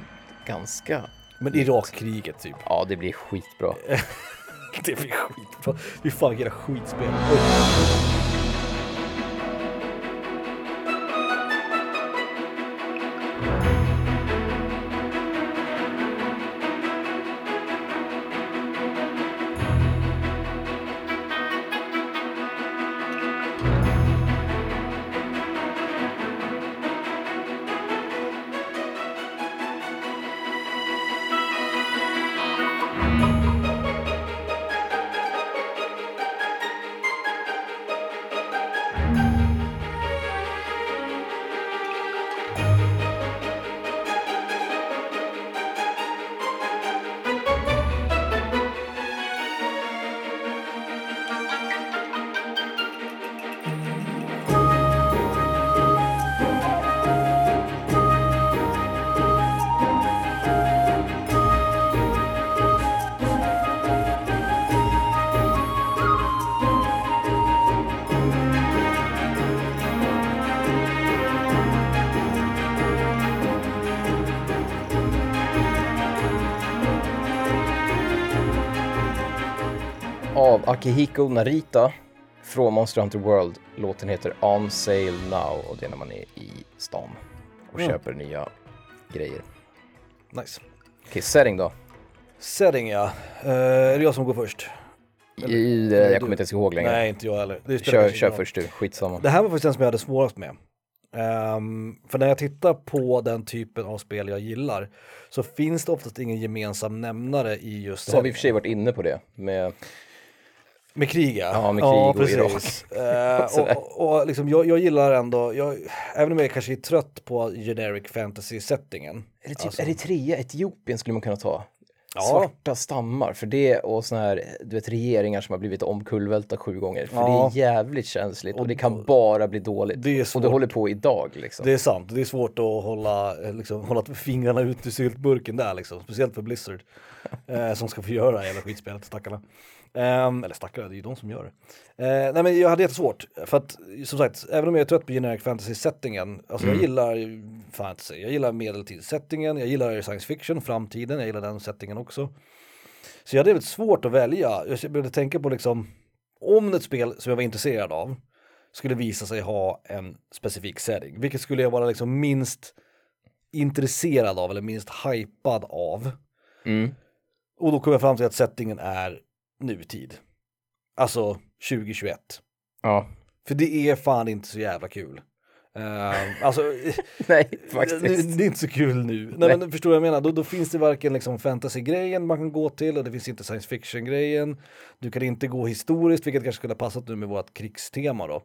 Men Irakkriget typ. Ja, det blir skitbra. Det blir skitbra. Vi fan gör skitspel. Av Akihiko Narita, från Monster Hunter World. Låten heter On Sale Now och det är när man är i stan och köper nya grejer. Nice. Okej, setting då? Setting, ja. Är det jag som går först? Jag kommer inte ens ihåg längre. Nej, inte jag heller. Kör först du, skitsamma. Det här var faktiskt den som jag hade svårast med. För när jag tittar på den typen av spel jag gillar så finns det oftast ingen gemensam nämnare i just Så har vi i och för sig varit inne på det med krig, ja, med krig och precis. Och liksom, jag gillar ändå, även om jag kanske är trött på generic fantasy-settingen. Är det typ Eritrea, Etiopien skulle man kunna ta? Ja. Svarta stammar, för det och såna här, du vet, regeringar som har blivit omkullvälta 7 gånger. För det är jävligt känsligt och det kan bara bli dåligt. Det är svårt. Och det håller på idag liksom. Det är sant, det är svårt att hålla fingrarna ut ur syltburken där liksom. Speciellt för Blizzard. Som ska få göra hela skitspelet, stackarna. Eller stackare, det är ju de som gör det. Nej, men jag hade jättesvårt. För att, som sagt, även om jag är trött på generic fantasy-settingen, alltså jag gillar fantasy, jag gillar medeltidssettingen, jag gillar science fiction, framtiden, jag gillar den settingen också. Så jag hade väldigt svårt att välja. Jag började tänka på liksom, om ett spel som jag var intresserad av skulle visa sig ha en specifik setting, vilket skulle jag vara liksom minst intresserad av eller minst hypad av. Och då kom jag fram till att settingen är nutid. Alltså 2021. Ja. För det är fan inte så jävla kul. Alltså, nej, faktiskt. Det är inte så kul nu. Nej. Men förstår du vad jag menar? Då finns det varken liksom fantasy-grejen man kan gå till och det finns inte science fiction-grejen. Du kan inte gå historiskt, vilket kanske skulle ha passat nu med vårt krigstema då.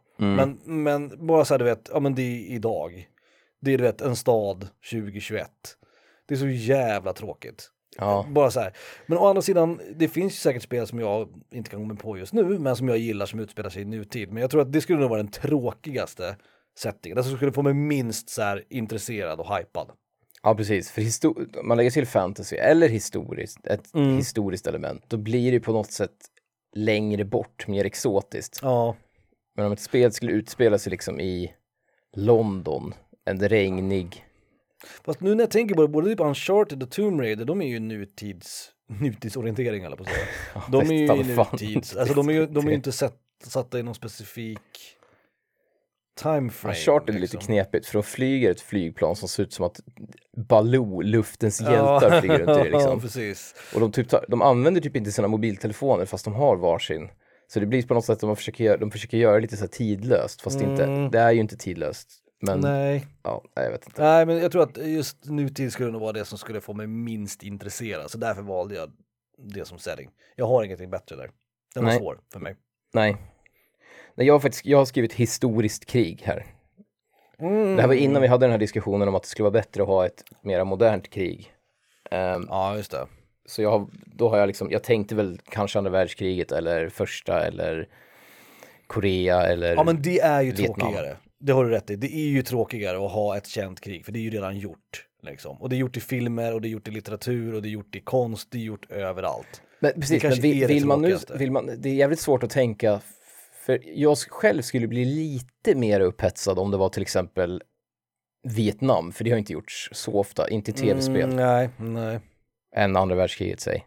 Men bara så här, du vet, ja men det är idag. Det är, du vet, en stad 2021. Det är så jävla tråkigt. Ja. Bara så här. Men å andra sidan, det finns ju säkert spel som jag inte kan gå med på just nu, men som jag gillar som utspelar sig i nutid. Men jag tror att det skulle nog vara den tråkigaste settingen. Det som skulle få mig minst så här intresserad och hypad. Ja, precis. För man lägger till fantasy eller historiskt, ett historiskt element, då blir det på något sätt längre bort, mer exotiskt. Ja. Men om ett spel skulle utspela sig liksom i London, en regnig... Fast nu när jag tänker på det, både typ Uncharted och Tomb Raider, de är ju nutidsorientering eller på så. De är ju i nutids, alltså de är ju inte satta i någon specifik timeframe. Uncharted är lite knepigt, för de flyger ett flygplan som ser ut som att Baloo, luftens hjältar, flyger runt i det liksom. Ja, precis. Och de använder typ inte sina mobiltelefoner fast de har varsin. Så det blir på något sätt att de försöker göra lite så här tidlöst, fast det är ju inte tidlöst. Men, nej, jag vet inte. Nej, men jag tror att just nutid skulle nog vara det som skulle få mig minst intresserad. Så därför valde jag det som setting. Jag har ingenting bättre där. Det var svår för mig. Nej, jag har skrivit historiskt krig här. Det här var innan vi hade den här diskussionen om att det skulle vara bättre att ha ett mer modernt krig. Ja, just det. Så jag tänkte väl kanske andra världskriget eller första eller Korea eller ja, men det är ju Vietnam. Tråkigare. Det har du rätt i. Det är ju tråkigare att ha ett känt krig, för det är ju redan gjort. Liksom. Och det är gjort i filmer, och det är gjort i litteratur, och det är gjort i konst, det är gjort överallt. Men precis, men vill man, det är jävligt svårt att tänka, för jag själv skulle bli lite mer upphetsad om det var till exempel Vietnam, för det har inte gjorts så ofta, inte i tv-spel. Nej. Än andra världskriget, säg.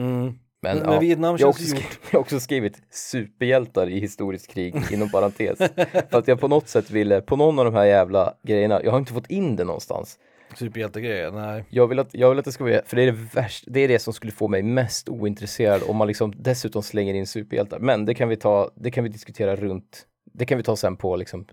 Men Vietnam känns jag har också skrivit superhjältar i historiskt krig inom parentes. För att jag på något sätt ville, på någon av de här jävla grejerna, jag har inte fått in det någonstans. Superhjältegrejer, nej. Jag vill att det ska vara, för det är det värsta, det är det som skulle få mig mest ointresserad om man liksom dessutom slänger in superhjältar. Men det kan vi diskutera runt, det kan vi ta sen på liksom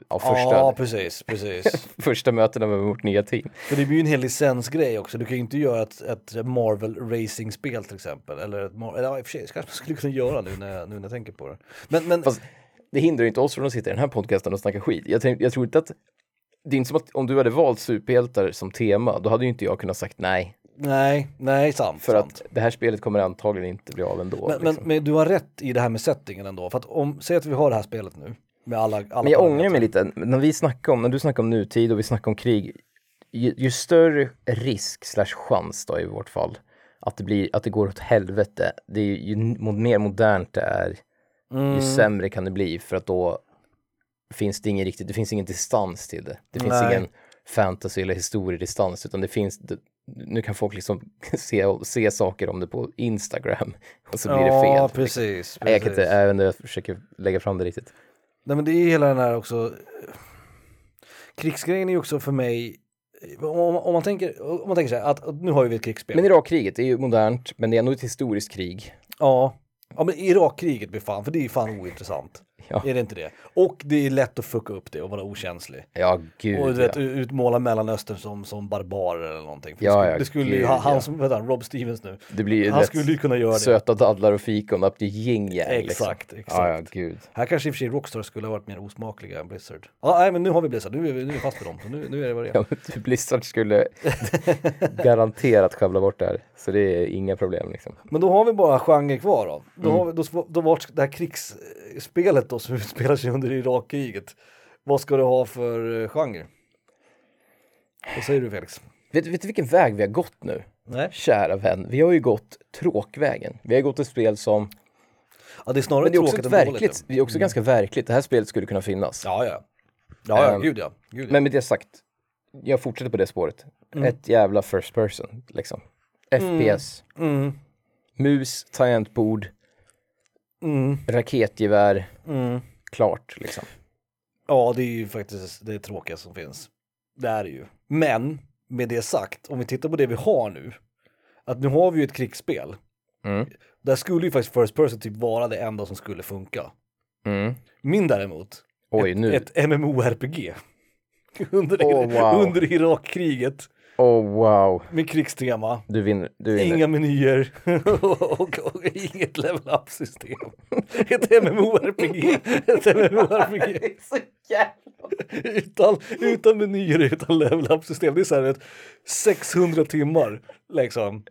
precis. första mötena med vårt nya team. För det blir ju en hel licensgrej också. Du kan ju inte göra ett Marvel Racing-spel till exempel. Eller i och för sig, kanske man skulle kunna göra nu när jag tänker på det. Men fast det hindrar ju inte oss från att sitta i den här podcasten och snacka skit. Jag tror inte att, det är inte som att om du hade valt superhjältar som tema, då hade ju inte jag kunnat sagt nej. Nej, sant. För att det här spelet kommer antagligen inte bli av ändå. Men du har rätt i det här med settingen ändå. För att säg att vi har det här spelet nu. Med alla men jag ångrar mig lite, när du snackar om nutid och vi snackar om krig, ju större risk / chans då i vårt fall att det går åt helvete, det är ju mer modernt det är, ju sämre kan det bli, för att då finns det ingen distans till det. Det finns ingen fantasy eller historiedistans, utan nu kan folk liksom se saker om det på Instagram och så blir det fel. Ja, precis. Nej, jag kan inte, även jag försöker lägga fram det riktigt. Nej, men det är hela den här också, krigsgrejen är ju också för mig, om man tänker så här, att nu har vi ett krigsspel. Men Irakkriget är ju modernt, men det är ändå ett historiskt krig. Ja, men Irakkriget blir fan, för det är fan ointressant. Ja. Är det inte det? Och det är lätt att fucka upp det och vara okänslig. Ja, gud. Och du vet, utmåla Mellanöstern som barbarer eller någonting. För Ja, det skulle ju, han som, vänta, Rob Stevens nu. Det blir han skulle ju kunna göra det. Söta dadlar och fikon, att det är yin-yang. Exakt. Ja, gud. Här kanske i och för sig Rockstar skulle ha varit mer osmakliga än Blizzard. Ja, nej, men nu har vi Blizzard. Nu är vi fast med dem. Så nu är det vad det är. Ja, men Blizzard skulle garanterat skavla bort det här. Så det är inga problem liksom. Men då har vi bara genre kvar då. Då var det här krigsspelet då som utspelar sig under Irakkriget. Vad ska du ha för genre? Vad säger du, Felix? Vet du vilken väg vi har gått nu? Nej. Kära vän, vi har ju gått tråkvägen. Vi har gått ett spel som... Ja, det är snarare Men det är också tråkigt ett än verkligt, dåligt. det är också ganska verkligt. Det här spelet skulle kunna finnas. Ja, gud ja. Men med det sagt, jag fortsätter på det spåret. Ett jävla first person, liksom. FPS. Mus, tangentbord. Raketgevär. Klart, liksom. Ja, det är ju faktiskt det tråkiga som finns. Det är det ju. Men, med det sagt, om vi tittar på det vi har nu, att nu har vi ju ett krigsspel. Där skulle ju faktiskt first person typ vara det enda som skulle funka. Min däremot, ett MMORPG. under Irakkriget. Wow. Med krigstema. Du vinner. Inga menyer och inget level-up-system. Ett MMORPG. Så jävla... utan menyer, utan level-up-system. Det är så här 600 timmar liksom.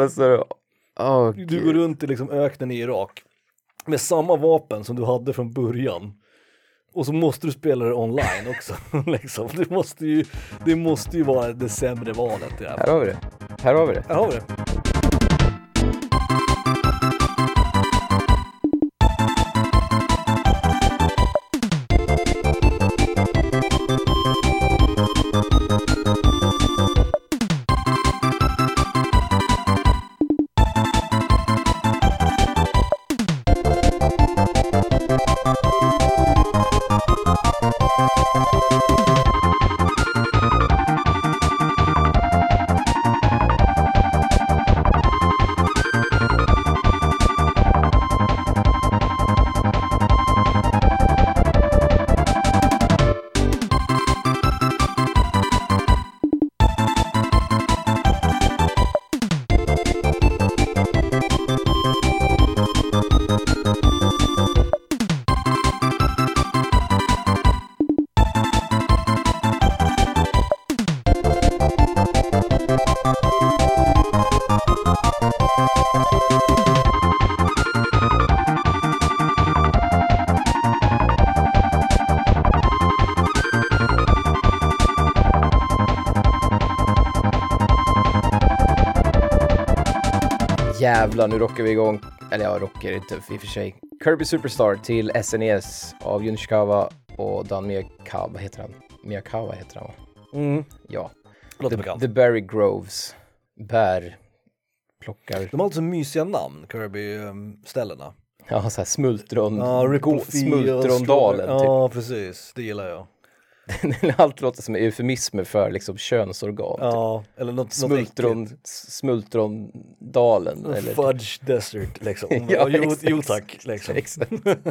Du går runt i liksom öknen i Irak med samma vapen som du hade från början. Och så måste du spela det online också. liksom. Det måste ju vara det sämre valet. Ja. Här har vi det. Jävlar, nu rockar vi igång. Eller ja, rockar inte i och för sig. Kirby Superstar till SNES av Jun Ishikawa och Dan Miyakawa heter han. Miyakawa heter han, va? Ja. The Berry Groves. Bär. Plockar. De har alltså mysiga namn, Kirby-ställena. Ja, så här smultron. Smultrondalen. Ja, precis. Det gillar jag. Allt låter som eufemismer för liksom könsorgan. Ja, typ. Eller något Smultrondalen. Eller Fudge Desert, liksom. Ja, jo tack, liksom. Exakt.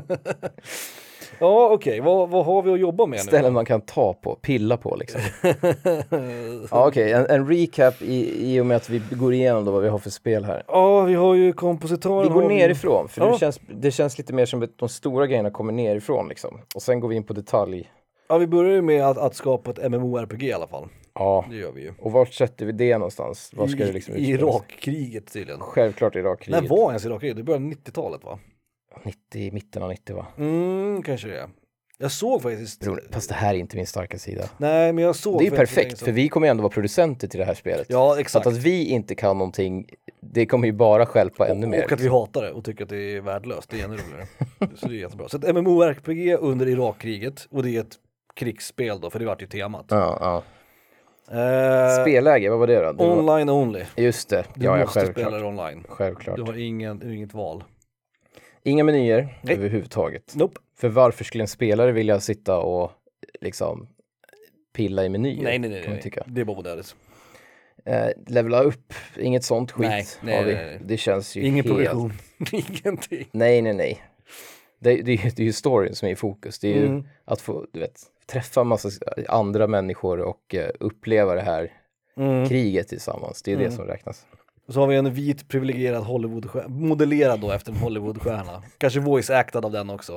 Ja, okej. Vad har vi att jobba med nu? Ställen man kan ta på, pilla på liksom. Ja, okej. En recap i och med att vi går igenom då vad vi har för spel här. Ja, vi har ju kompositören. Vi går nerifrån, för det känns lite mer som att de stora grejerna kommer nerifrån liksom. Och sen går vi in på detalj. Ja, vi börjar ju med att skapa ett MMORPG i alla fall. Ja, det gör vi ju. Och vart sätter vi det någonstans? Var ska det liksom I Irakkriget tydligen. Självklart Irakkriget. När var ens Irakkriget? Det började 90-talet, va? Mitten av 90, va? Kanske det. Jag såg faktiskt... Fast det här är inte min starka sida. Nej, men jag såg... Det är ju perfekt, för vi kommer ju ändå vara producenter till det här spelet. Ja, exakt. Att vi inte kan någonting, det kommer ju bara stjälpa ännu mer. Och att vi hatar det och tycker att det är värdelöst, det är ännu roligare. Så det är jättebra. Så ett MMORPG under Irakkriget, och det är ett krigsspel då, för det vart ju temat. Ja. Spelläge, vad var det då? Det var... Online only. Just det. Du måste spela det online. Självklart. Du har inget val. Inga menyer överhuvudtaget. Nope. För varför skulle en spelare vilja sitta och liksom pilla i menyer? Nej. Tycka. Det är bara onödigt. Levela upp, inget sånt skit nej. Det känns ju ingen helt... progression, ingenting. Nej. Det är ju storyn som är i fokus. Det är ju att få, du vet, träffa massa andra människor och uppleva det här kriget tillsammans. Det är det som räknas. Så har vi en vit privilegierad Hollywoodstjärna, modellerad då efter en Hollywoodstjärna. Kanske voice-actad av den också.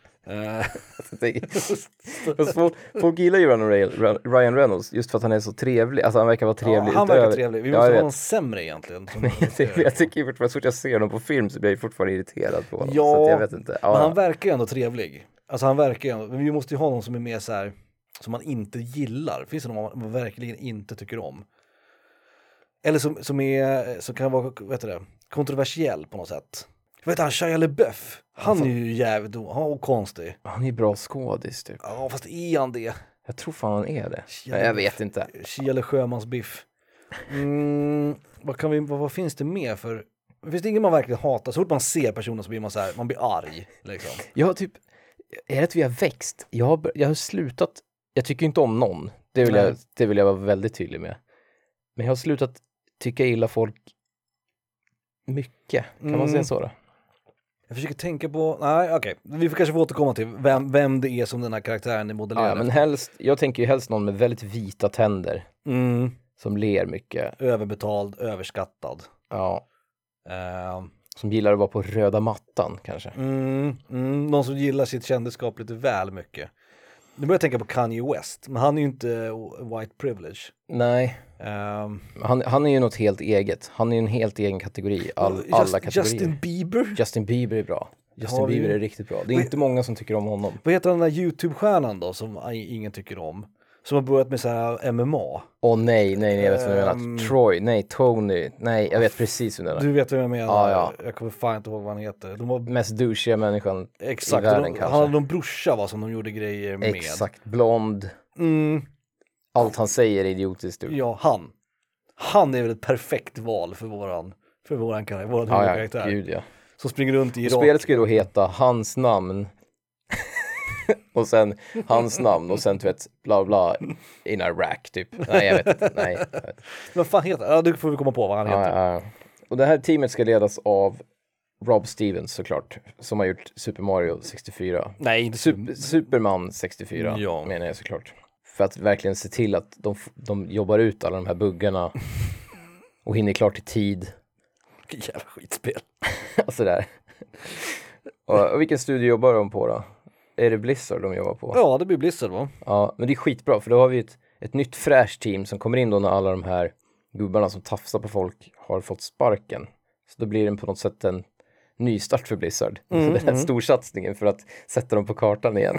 Folk gillar ju Ryan Reynolds just för att han är så trevlig. Alltså han verkar vara trevlig. Han verkar trevlig. Vi måste ha någon sämre egentligen. Jag tycker fortfarande, så fort jag ser honom på film så blir jag fortfarande irriterad på honom. Ja, så att jag vet inte. Men han verkar ju ändå trevlig. Alltså han verkar ju ändå, men vi måste ju ha någon som är mer så här, som man inte gillar. Finns det någon man verkligen inte tycker om? Eller som kan vara, vet du det, kontroversiell på något sätt. Vet du, han Shia LaBeouf, han är ju jävligt och konstig. Han är ju bra skådis typ. Ja, fast är han det? Jag tror fan han är det. Men jag vet inte. Shia eller sjömansbiff. Vad finns det mer för? Finns det ingen man verkligen hatar? Så fort man ser personer så blir man så här, man blir arg liksom. Ja, typ, är det att vi har växt? Jag har slutat, jag tycker inte om någon. Det vill jag vara väldigt tydlig med. Men jag har slutat tycka illa folk mycket. Kan man säga så då? Jag försöker tänka på, nej okej. Vi får kanske få återkomma till vem det är som den här karaktären är modellerad. Ja, men helst, jag tänker ju helst någon med väldigt vita tänder. Som ler mycket. Överbetald, överskattad. Ja. Som gillar att vara på röda mattan kanske. Någon som gillar sitt kändisskap lite väl mycket. Nu börjar jag tänka på Kanye West, men han är ju inte white privilege. Nej. Han är ju något helt eget. Han är ju en helt egen kategori. Alla kategorier. Justin Bieber är bra. Bieber är riktigt bra. Det är inte många som tycker om honom. Vad heter den där YouTube-stjärnan då som ingen tycker om? Som har börjat med så här MMA. Nej, jag vet vad jag menar. Troy, nej, Tony, nej, jag vet precis hur den är. Du vet vad jag menar. Ja. Jag kommer fan inte ihåg vad han heter. De var mest douchiga människan i världen kanske. Han hade någon brorsa som de gjorde grejer med. Exakt, blond. Allt han säger är idiotiskt. Ja, han är väl ett perfekt val för våran karaktär, våran huvudkaraktär. Ja, gud ja. Som springer runt i Irak. Spelet ska ju då heta hans namn. Och sen hans namn och sen du vet bla bla in Iraq typ. Nej, jag vet inte. Nej. Vad fan heter han? Ja, du får vi komma på vad han heter. Och det här teamet ska ledas av Rob Stevens såklart, som har gjort Super Mario 64. Nej, inte Superman 64 menar jag såklart. För att verkligen se till att de jobbar ut alla de här buggarna och hinner klart i tid. Vilket jävla skitspel. Alltså där. Och vilken studio jobbar de på då? Är det Blizzard de jobbar på? Ja, det blir Blizzard va? Ja, men det är skitbra för då har vi ett nytt fräscht team som kommer in då när alla de här gubbarna som tafsar på folk har fått sparken. Så då blir det på något sätt en nystart för Blizzard. Den här storsatsningen för att sätta dem på kartan igen.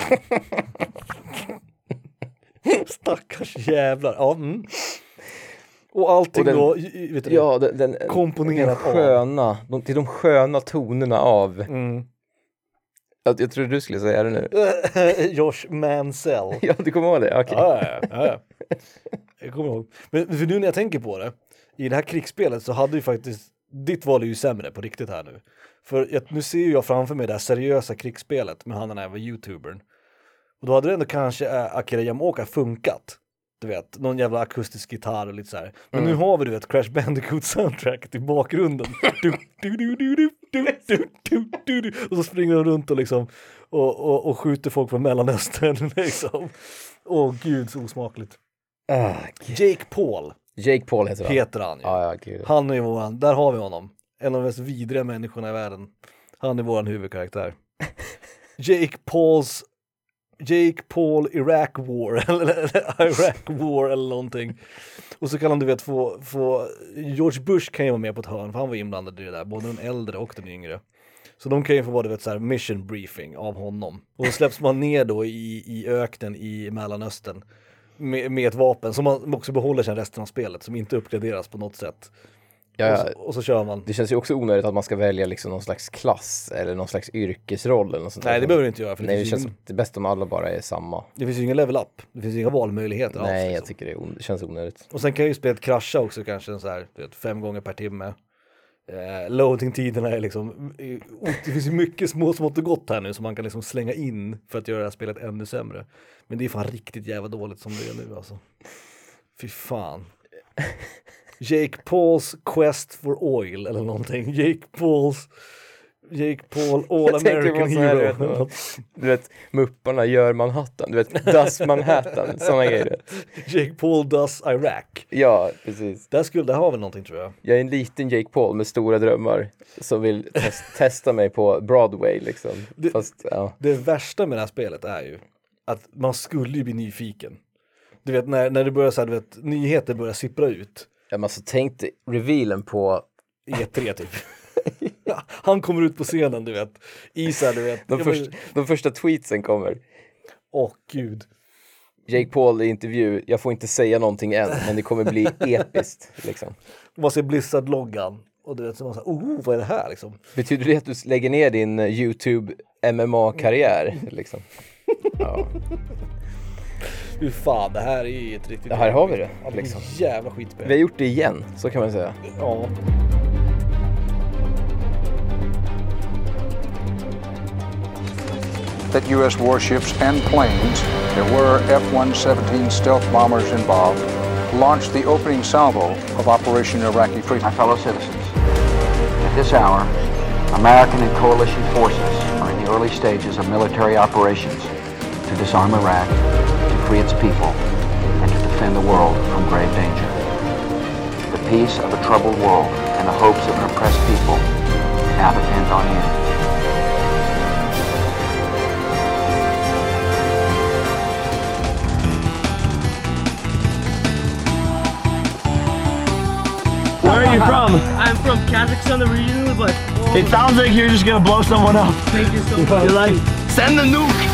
Stackars jävlar. Ja. Och allting och då, vet du, ja, komponerat till de sköna tonerna av. Jag tror du skulle säga det nu. Josh Mansell. Ja, du kommer ihåg det? Okay. Ja. Jag kommer ihåg. Men för nu när jag tänker på det, i det här krigsspelet så hade ju faktiskt, ditt val är ju sämre på riktigt här nu. För nu ser jag framför mig det här seriösa krigsspelet med han den här YouTubern. Och då hade det ändå kanske Akira Yamaoka funkat. Du vet, någon jävla akustisk gitarr och lite så här. Men nu har vi du vet Crash Bandicoot soundtrack i bakgrunden. Och så springer de runt och liksom och skjuter folk från Mellanöstern liksom. Åh gud, så osmakligt. Jake Paul heter han. Ja, gud. Han är våran, där har vi honom. En av de mest vidriga människorna i världen. Han är våran huvudkaraktär. Jake Paul Iraq War eller någonting. Och så kan han du vet få George Bush kan ju vara med på ett hörn för han var inblandad i det där, både den äldre och den yngre. Så de kan ju få vara du vet så här mission briefing av honom. Och så släpps man ner då i öknen i Mellanöstern med ett vapen som man också behåller sen resten av spelet som inte uppgraderas på något sätt. Ja, och så kör man. det känns ju också onödigt att man ska välja liksom någon slags klass eller någon slags yrkesroll eller något sånt. Nej, det behöver du inte göra. För Nej, det känns det bäst om alla bara är samma. Det finns ju ingen level up. Det finns ju inga valmöjligheter alls. Nej, Liksom. jag tycker det känns onödigt. Och sen kan ju spelet krascha också kanske så här, 5 gånger per timme. Loading-tiderna är liksom, det finns ju mycket smått och gott här nu som man kan liksom slänga in för att göra det här spelet ännu sämre. Men det är fan riktigt jävla dåligt som det är nu alltså. Fy fan. Jake Pauls Quest for Oil eller någonting. Jake Paul All American Hero. Du vet, Mupparna gör Manhattan. Du vet, Does Manhattan. Sådana grejer. Jake Paul Does Iraq. Ja, precis. Där har vi någonting tror jag. Jag är en liten Jake Paul med stora drömmar som vill testa mig på Broadway liksom. Det värsta med det här spelet är ju att man skulle ju bli nyfiken. Du vet, när det börjar så här, du vet, nyheter börjar sippra ut. Ja, men så tänkte revealen på E3 typ. Ja, han kommer ut på scenen, du vet. Isa, du vet. De första tweetsen kommer. Åh, gud. Jake Paul i intervju, jag får inte säga någonting än, men det kommer bli episkt liksom. Man ser Blizzard-loggan. Och du vet, så man säger, vad är det här liksom? Betyder det att du lägger ner din YouTube MMA-karriär liksom? Ja. Hur fan, det här är ett riktigt... Det här har vi det, liksom. Jävla skitspel. Vi har gjort det igen, så kan man säga. Ja. That U.S. warships and planes, there were F-117 stealth bombers involved, launched the opening salvo of Operation Iraqi Freedom. My fellow citizens, at this hour, American and coalition forces are in the early stages of military operations to disarm Iraq, to free its people, and to defend the world from grave danger. The peace of a troubled world and the hopes of an oppressed people now depend on you. Where are you from? I'm from Kazakhstan originally, but It sounds like you're just gonna blow someone up. thank you so much. You're like, send the nuke!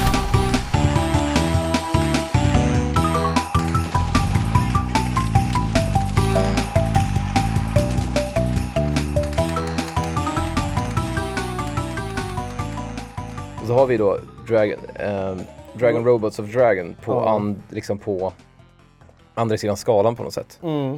Och så har vi då Dragon Robots of Dragon på, liksom på andra sidan skalan på något sätt.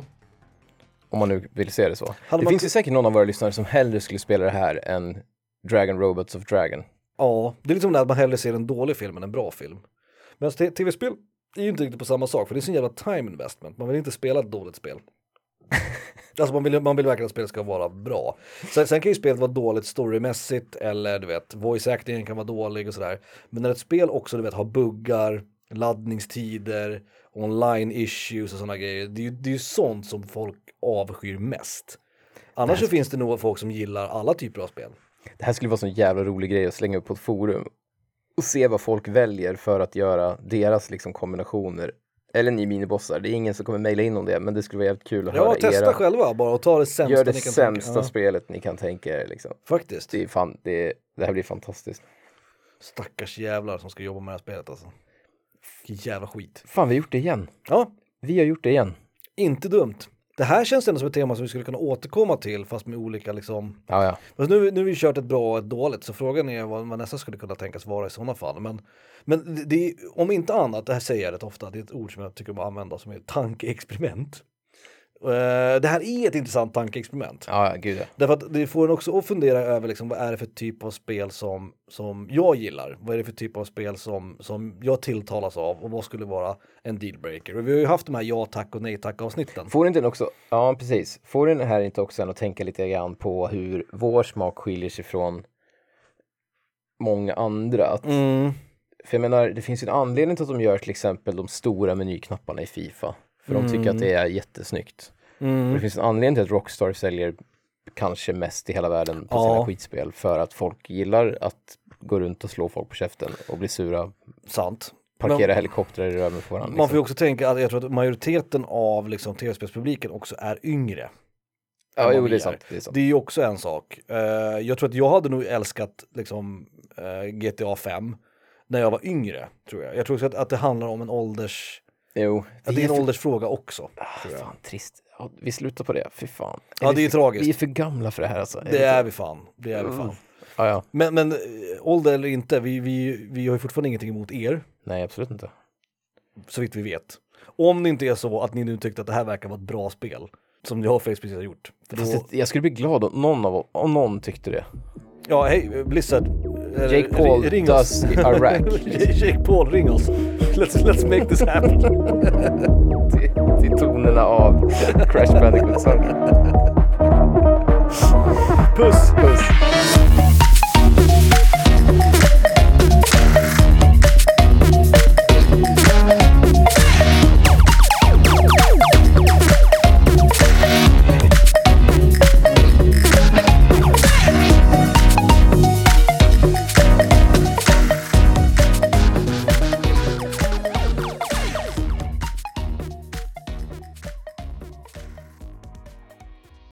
Om man nu vill se det så. Det finns ju säkert någon av våra lyssnare som hellre skulle spela det här än Dragon Robots of Dragon. Ja, det är liksom det att man hellre ser en dålig film än en bra film. Men alltså, tv-spel är ju inte riktigt på samma sak, för det är så jävla time investment. Man vill inte spela ett dåligt spel. Alltså man vill verkligen att spelet ska vara bra. Sen kan ju spelet vara dåligt storymässigt, eller du vet, voice acting kan vara dålig och sådär. Men när ett spel också, du vet, har buggar, laddningstider, online issues och sådana grejer. Det är ju sånt som folk avskyr mest. Annars så finns det nog folk som gillar alla typer av spel. Det här skulle vara en jävla rolig grej att slänga upp på ett forum och se vad folk väljer för att göra deras liksom kombinationer. Eller ni minibossar. Det är ingen som kommer mejla in om det, men det skulle vara jävligt kul att höra testa era... själva bara och ta det sämsta Gör det ni kan sämsta tänka. spelet ni kan tänka er liksom. Faktiskt. Det är fan, det här blir fantastiskt. Stackars jävlar som ska jobba med det här spelet alltså. Jävla skit. Fan, vi har gjort det igen. Ja, Vi har gjort det igen. inte dumt. Det här känns ändå som ett tema som vi skulle kunna återkomma till, fast med olika liksom... Ja. Fast nu har vi kört ett bra och ett dåligt, så frågan är vad nästa skulle kunna tänkas vara i sådana fall. Men det är, om inte annat, det här säger jag rätt ofta, det är ett ord som jag tycker om att använda som är tankeexperiment. Det här är ett intressant tankeexperiment. Ja, gud ja. Därför att det får en också att fundera över liksom, vad är det för typ av spel som jag gillar? Vad är det för typ av spel som jag tilltalas av? Och vad skulle vara en dealbreaker? Och vi har ju haft de här ja tack och nej tack avsnitten. Får inte också, ja precis, får den här inte också att tänka lite grann på hur vår smak skiljer sig från många andra? För jag menar, det finns ju en anledning till att de gör till exempel de stora menyknapparna i FIFA. För de tycker att det är jättesnyggt. Det finns en anledning till att Rockstar säljer kanske mest i hela världen på sina skitspel. För att folk gillar att gå runt och slå folk på käften och bli sura. Sant. Parkera helikoptrar i röven på varandra. Man får ju också tänka att jag tror att majoriteten av liksom, tv-spelspubliken också är yngre. Ja, jo, det är sant. Det är ju också en sak. Jag tror att jag hade nog älskat liksom, GTA 5 när jag var yngre, tror jag. Jag tror också att det handlar om en Jo. Ja, det är en åldersfråga också. Fan, trist. Ja, vi slutar på det, fy fan. Ja, det är tragiskt. Vi är för gamla för det här alltså. Det är vi fan. Ja. Men ålder eller inte, vi har ju fortfarande ingenting emot er. Nej, absolut inte. Så vitt vi vet. Om det inte är så att ni nu tyckte att det här verkar vara ett bra spel, som jag och Face precis har gjort. För då... Jag skulle bli glad om någon tyckte det. Ja, hej Blizzard. Jake Paul ring does Iraq. Jake Paul, ring oss. Let's make this happen. till tonerna av Crash Bandicoot-sången. Puss!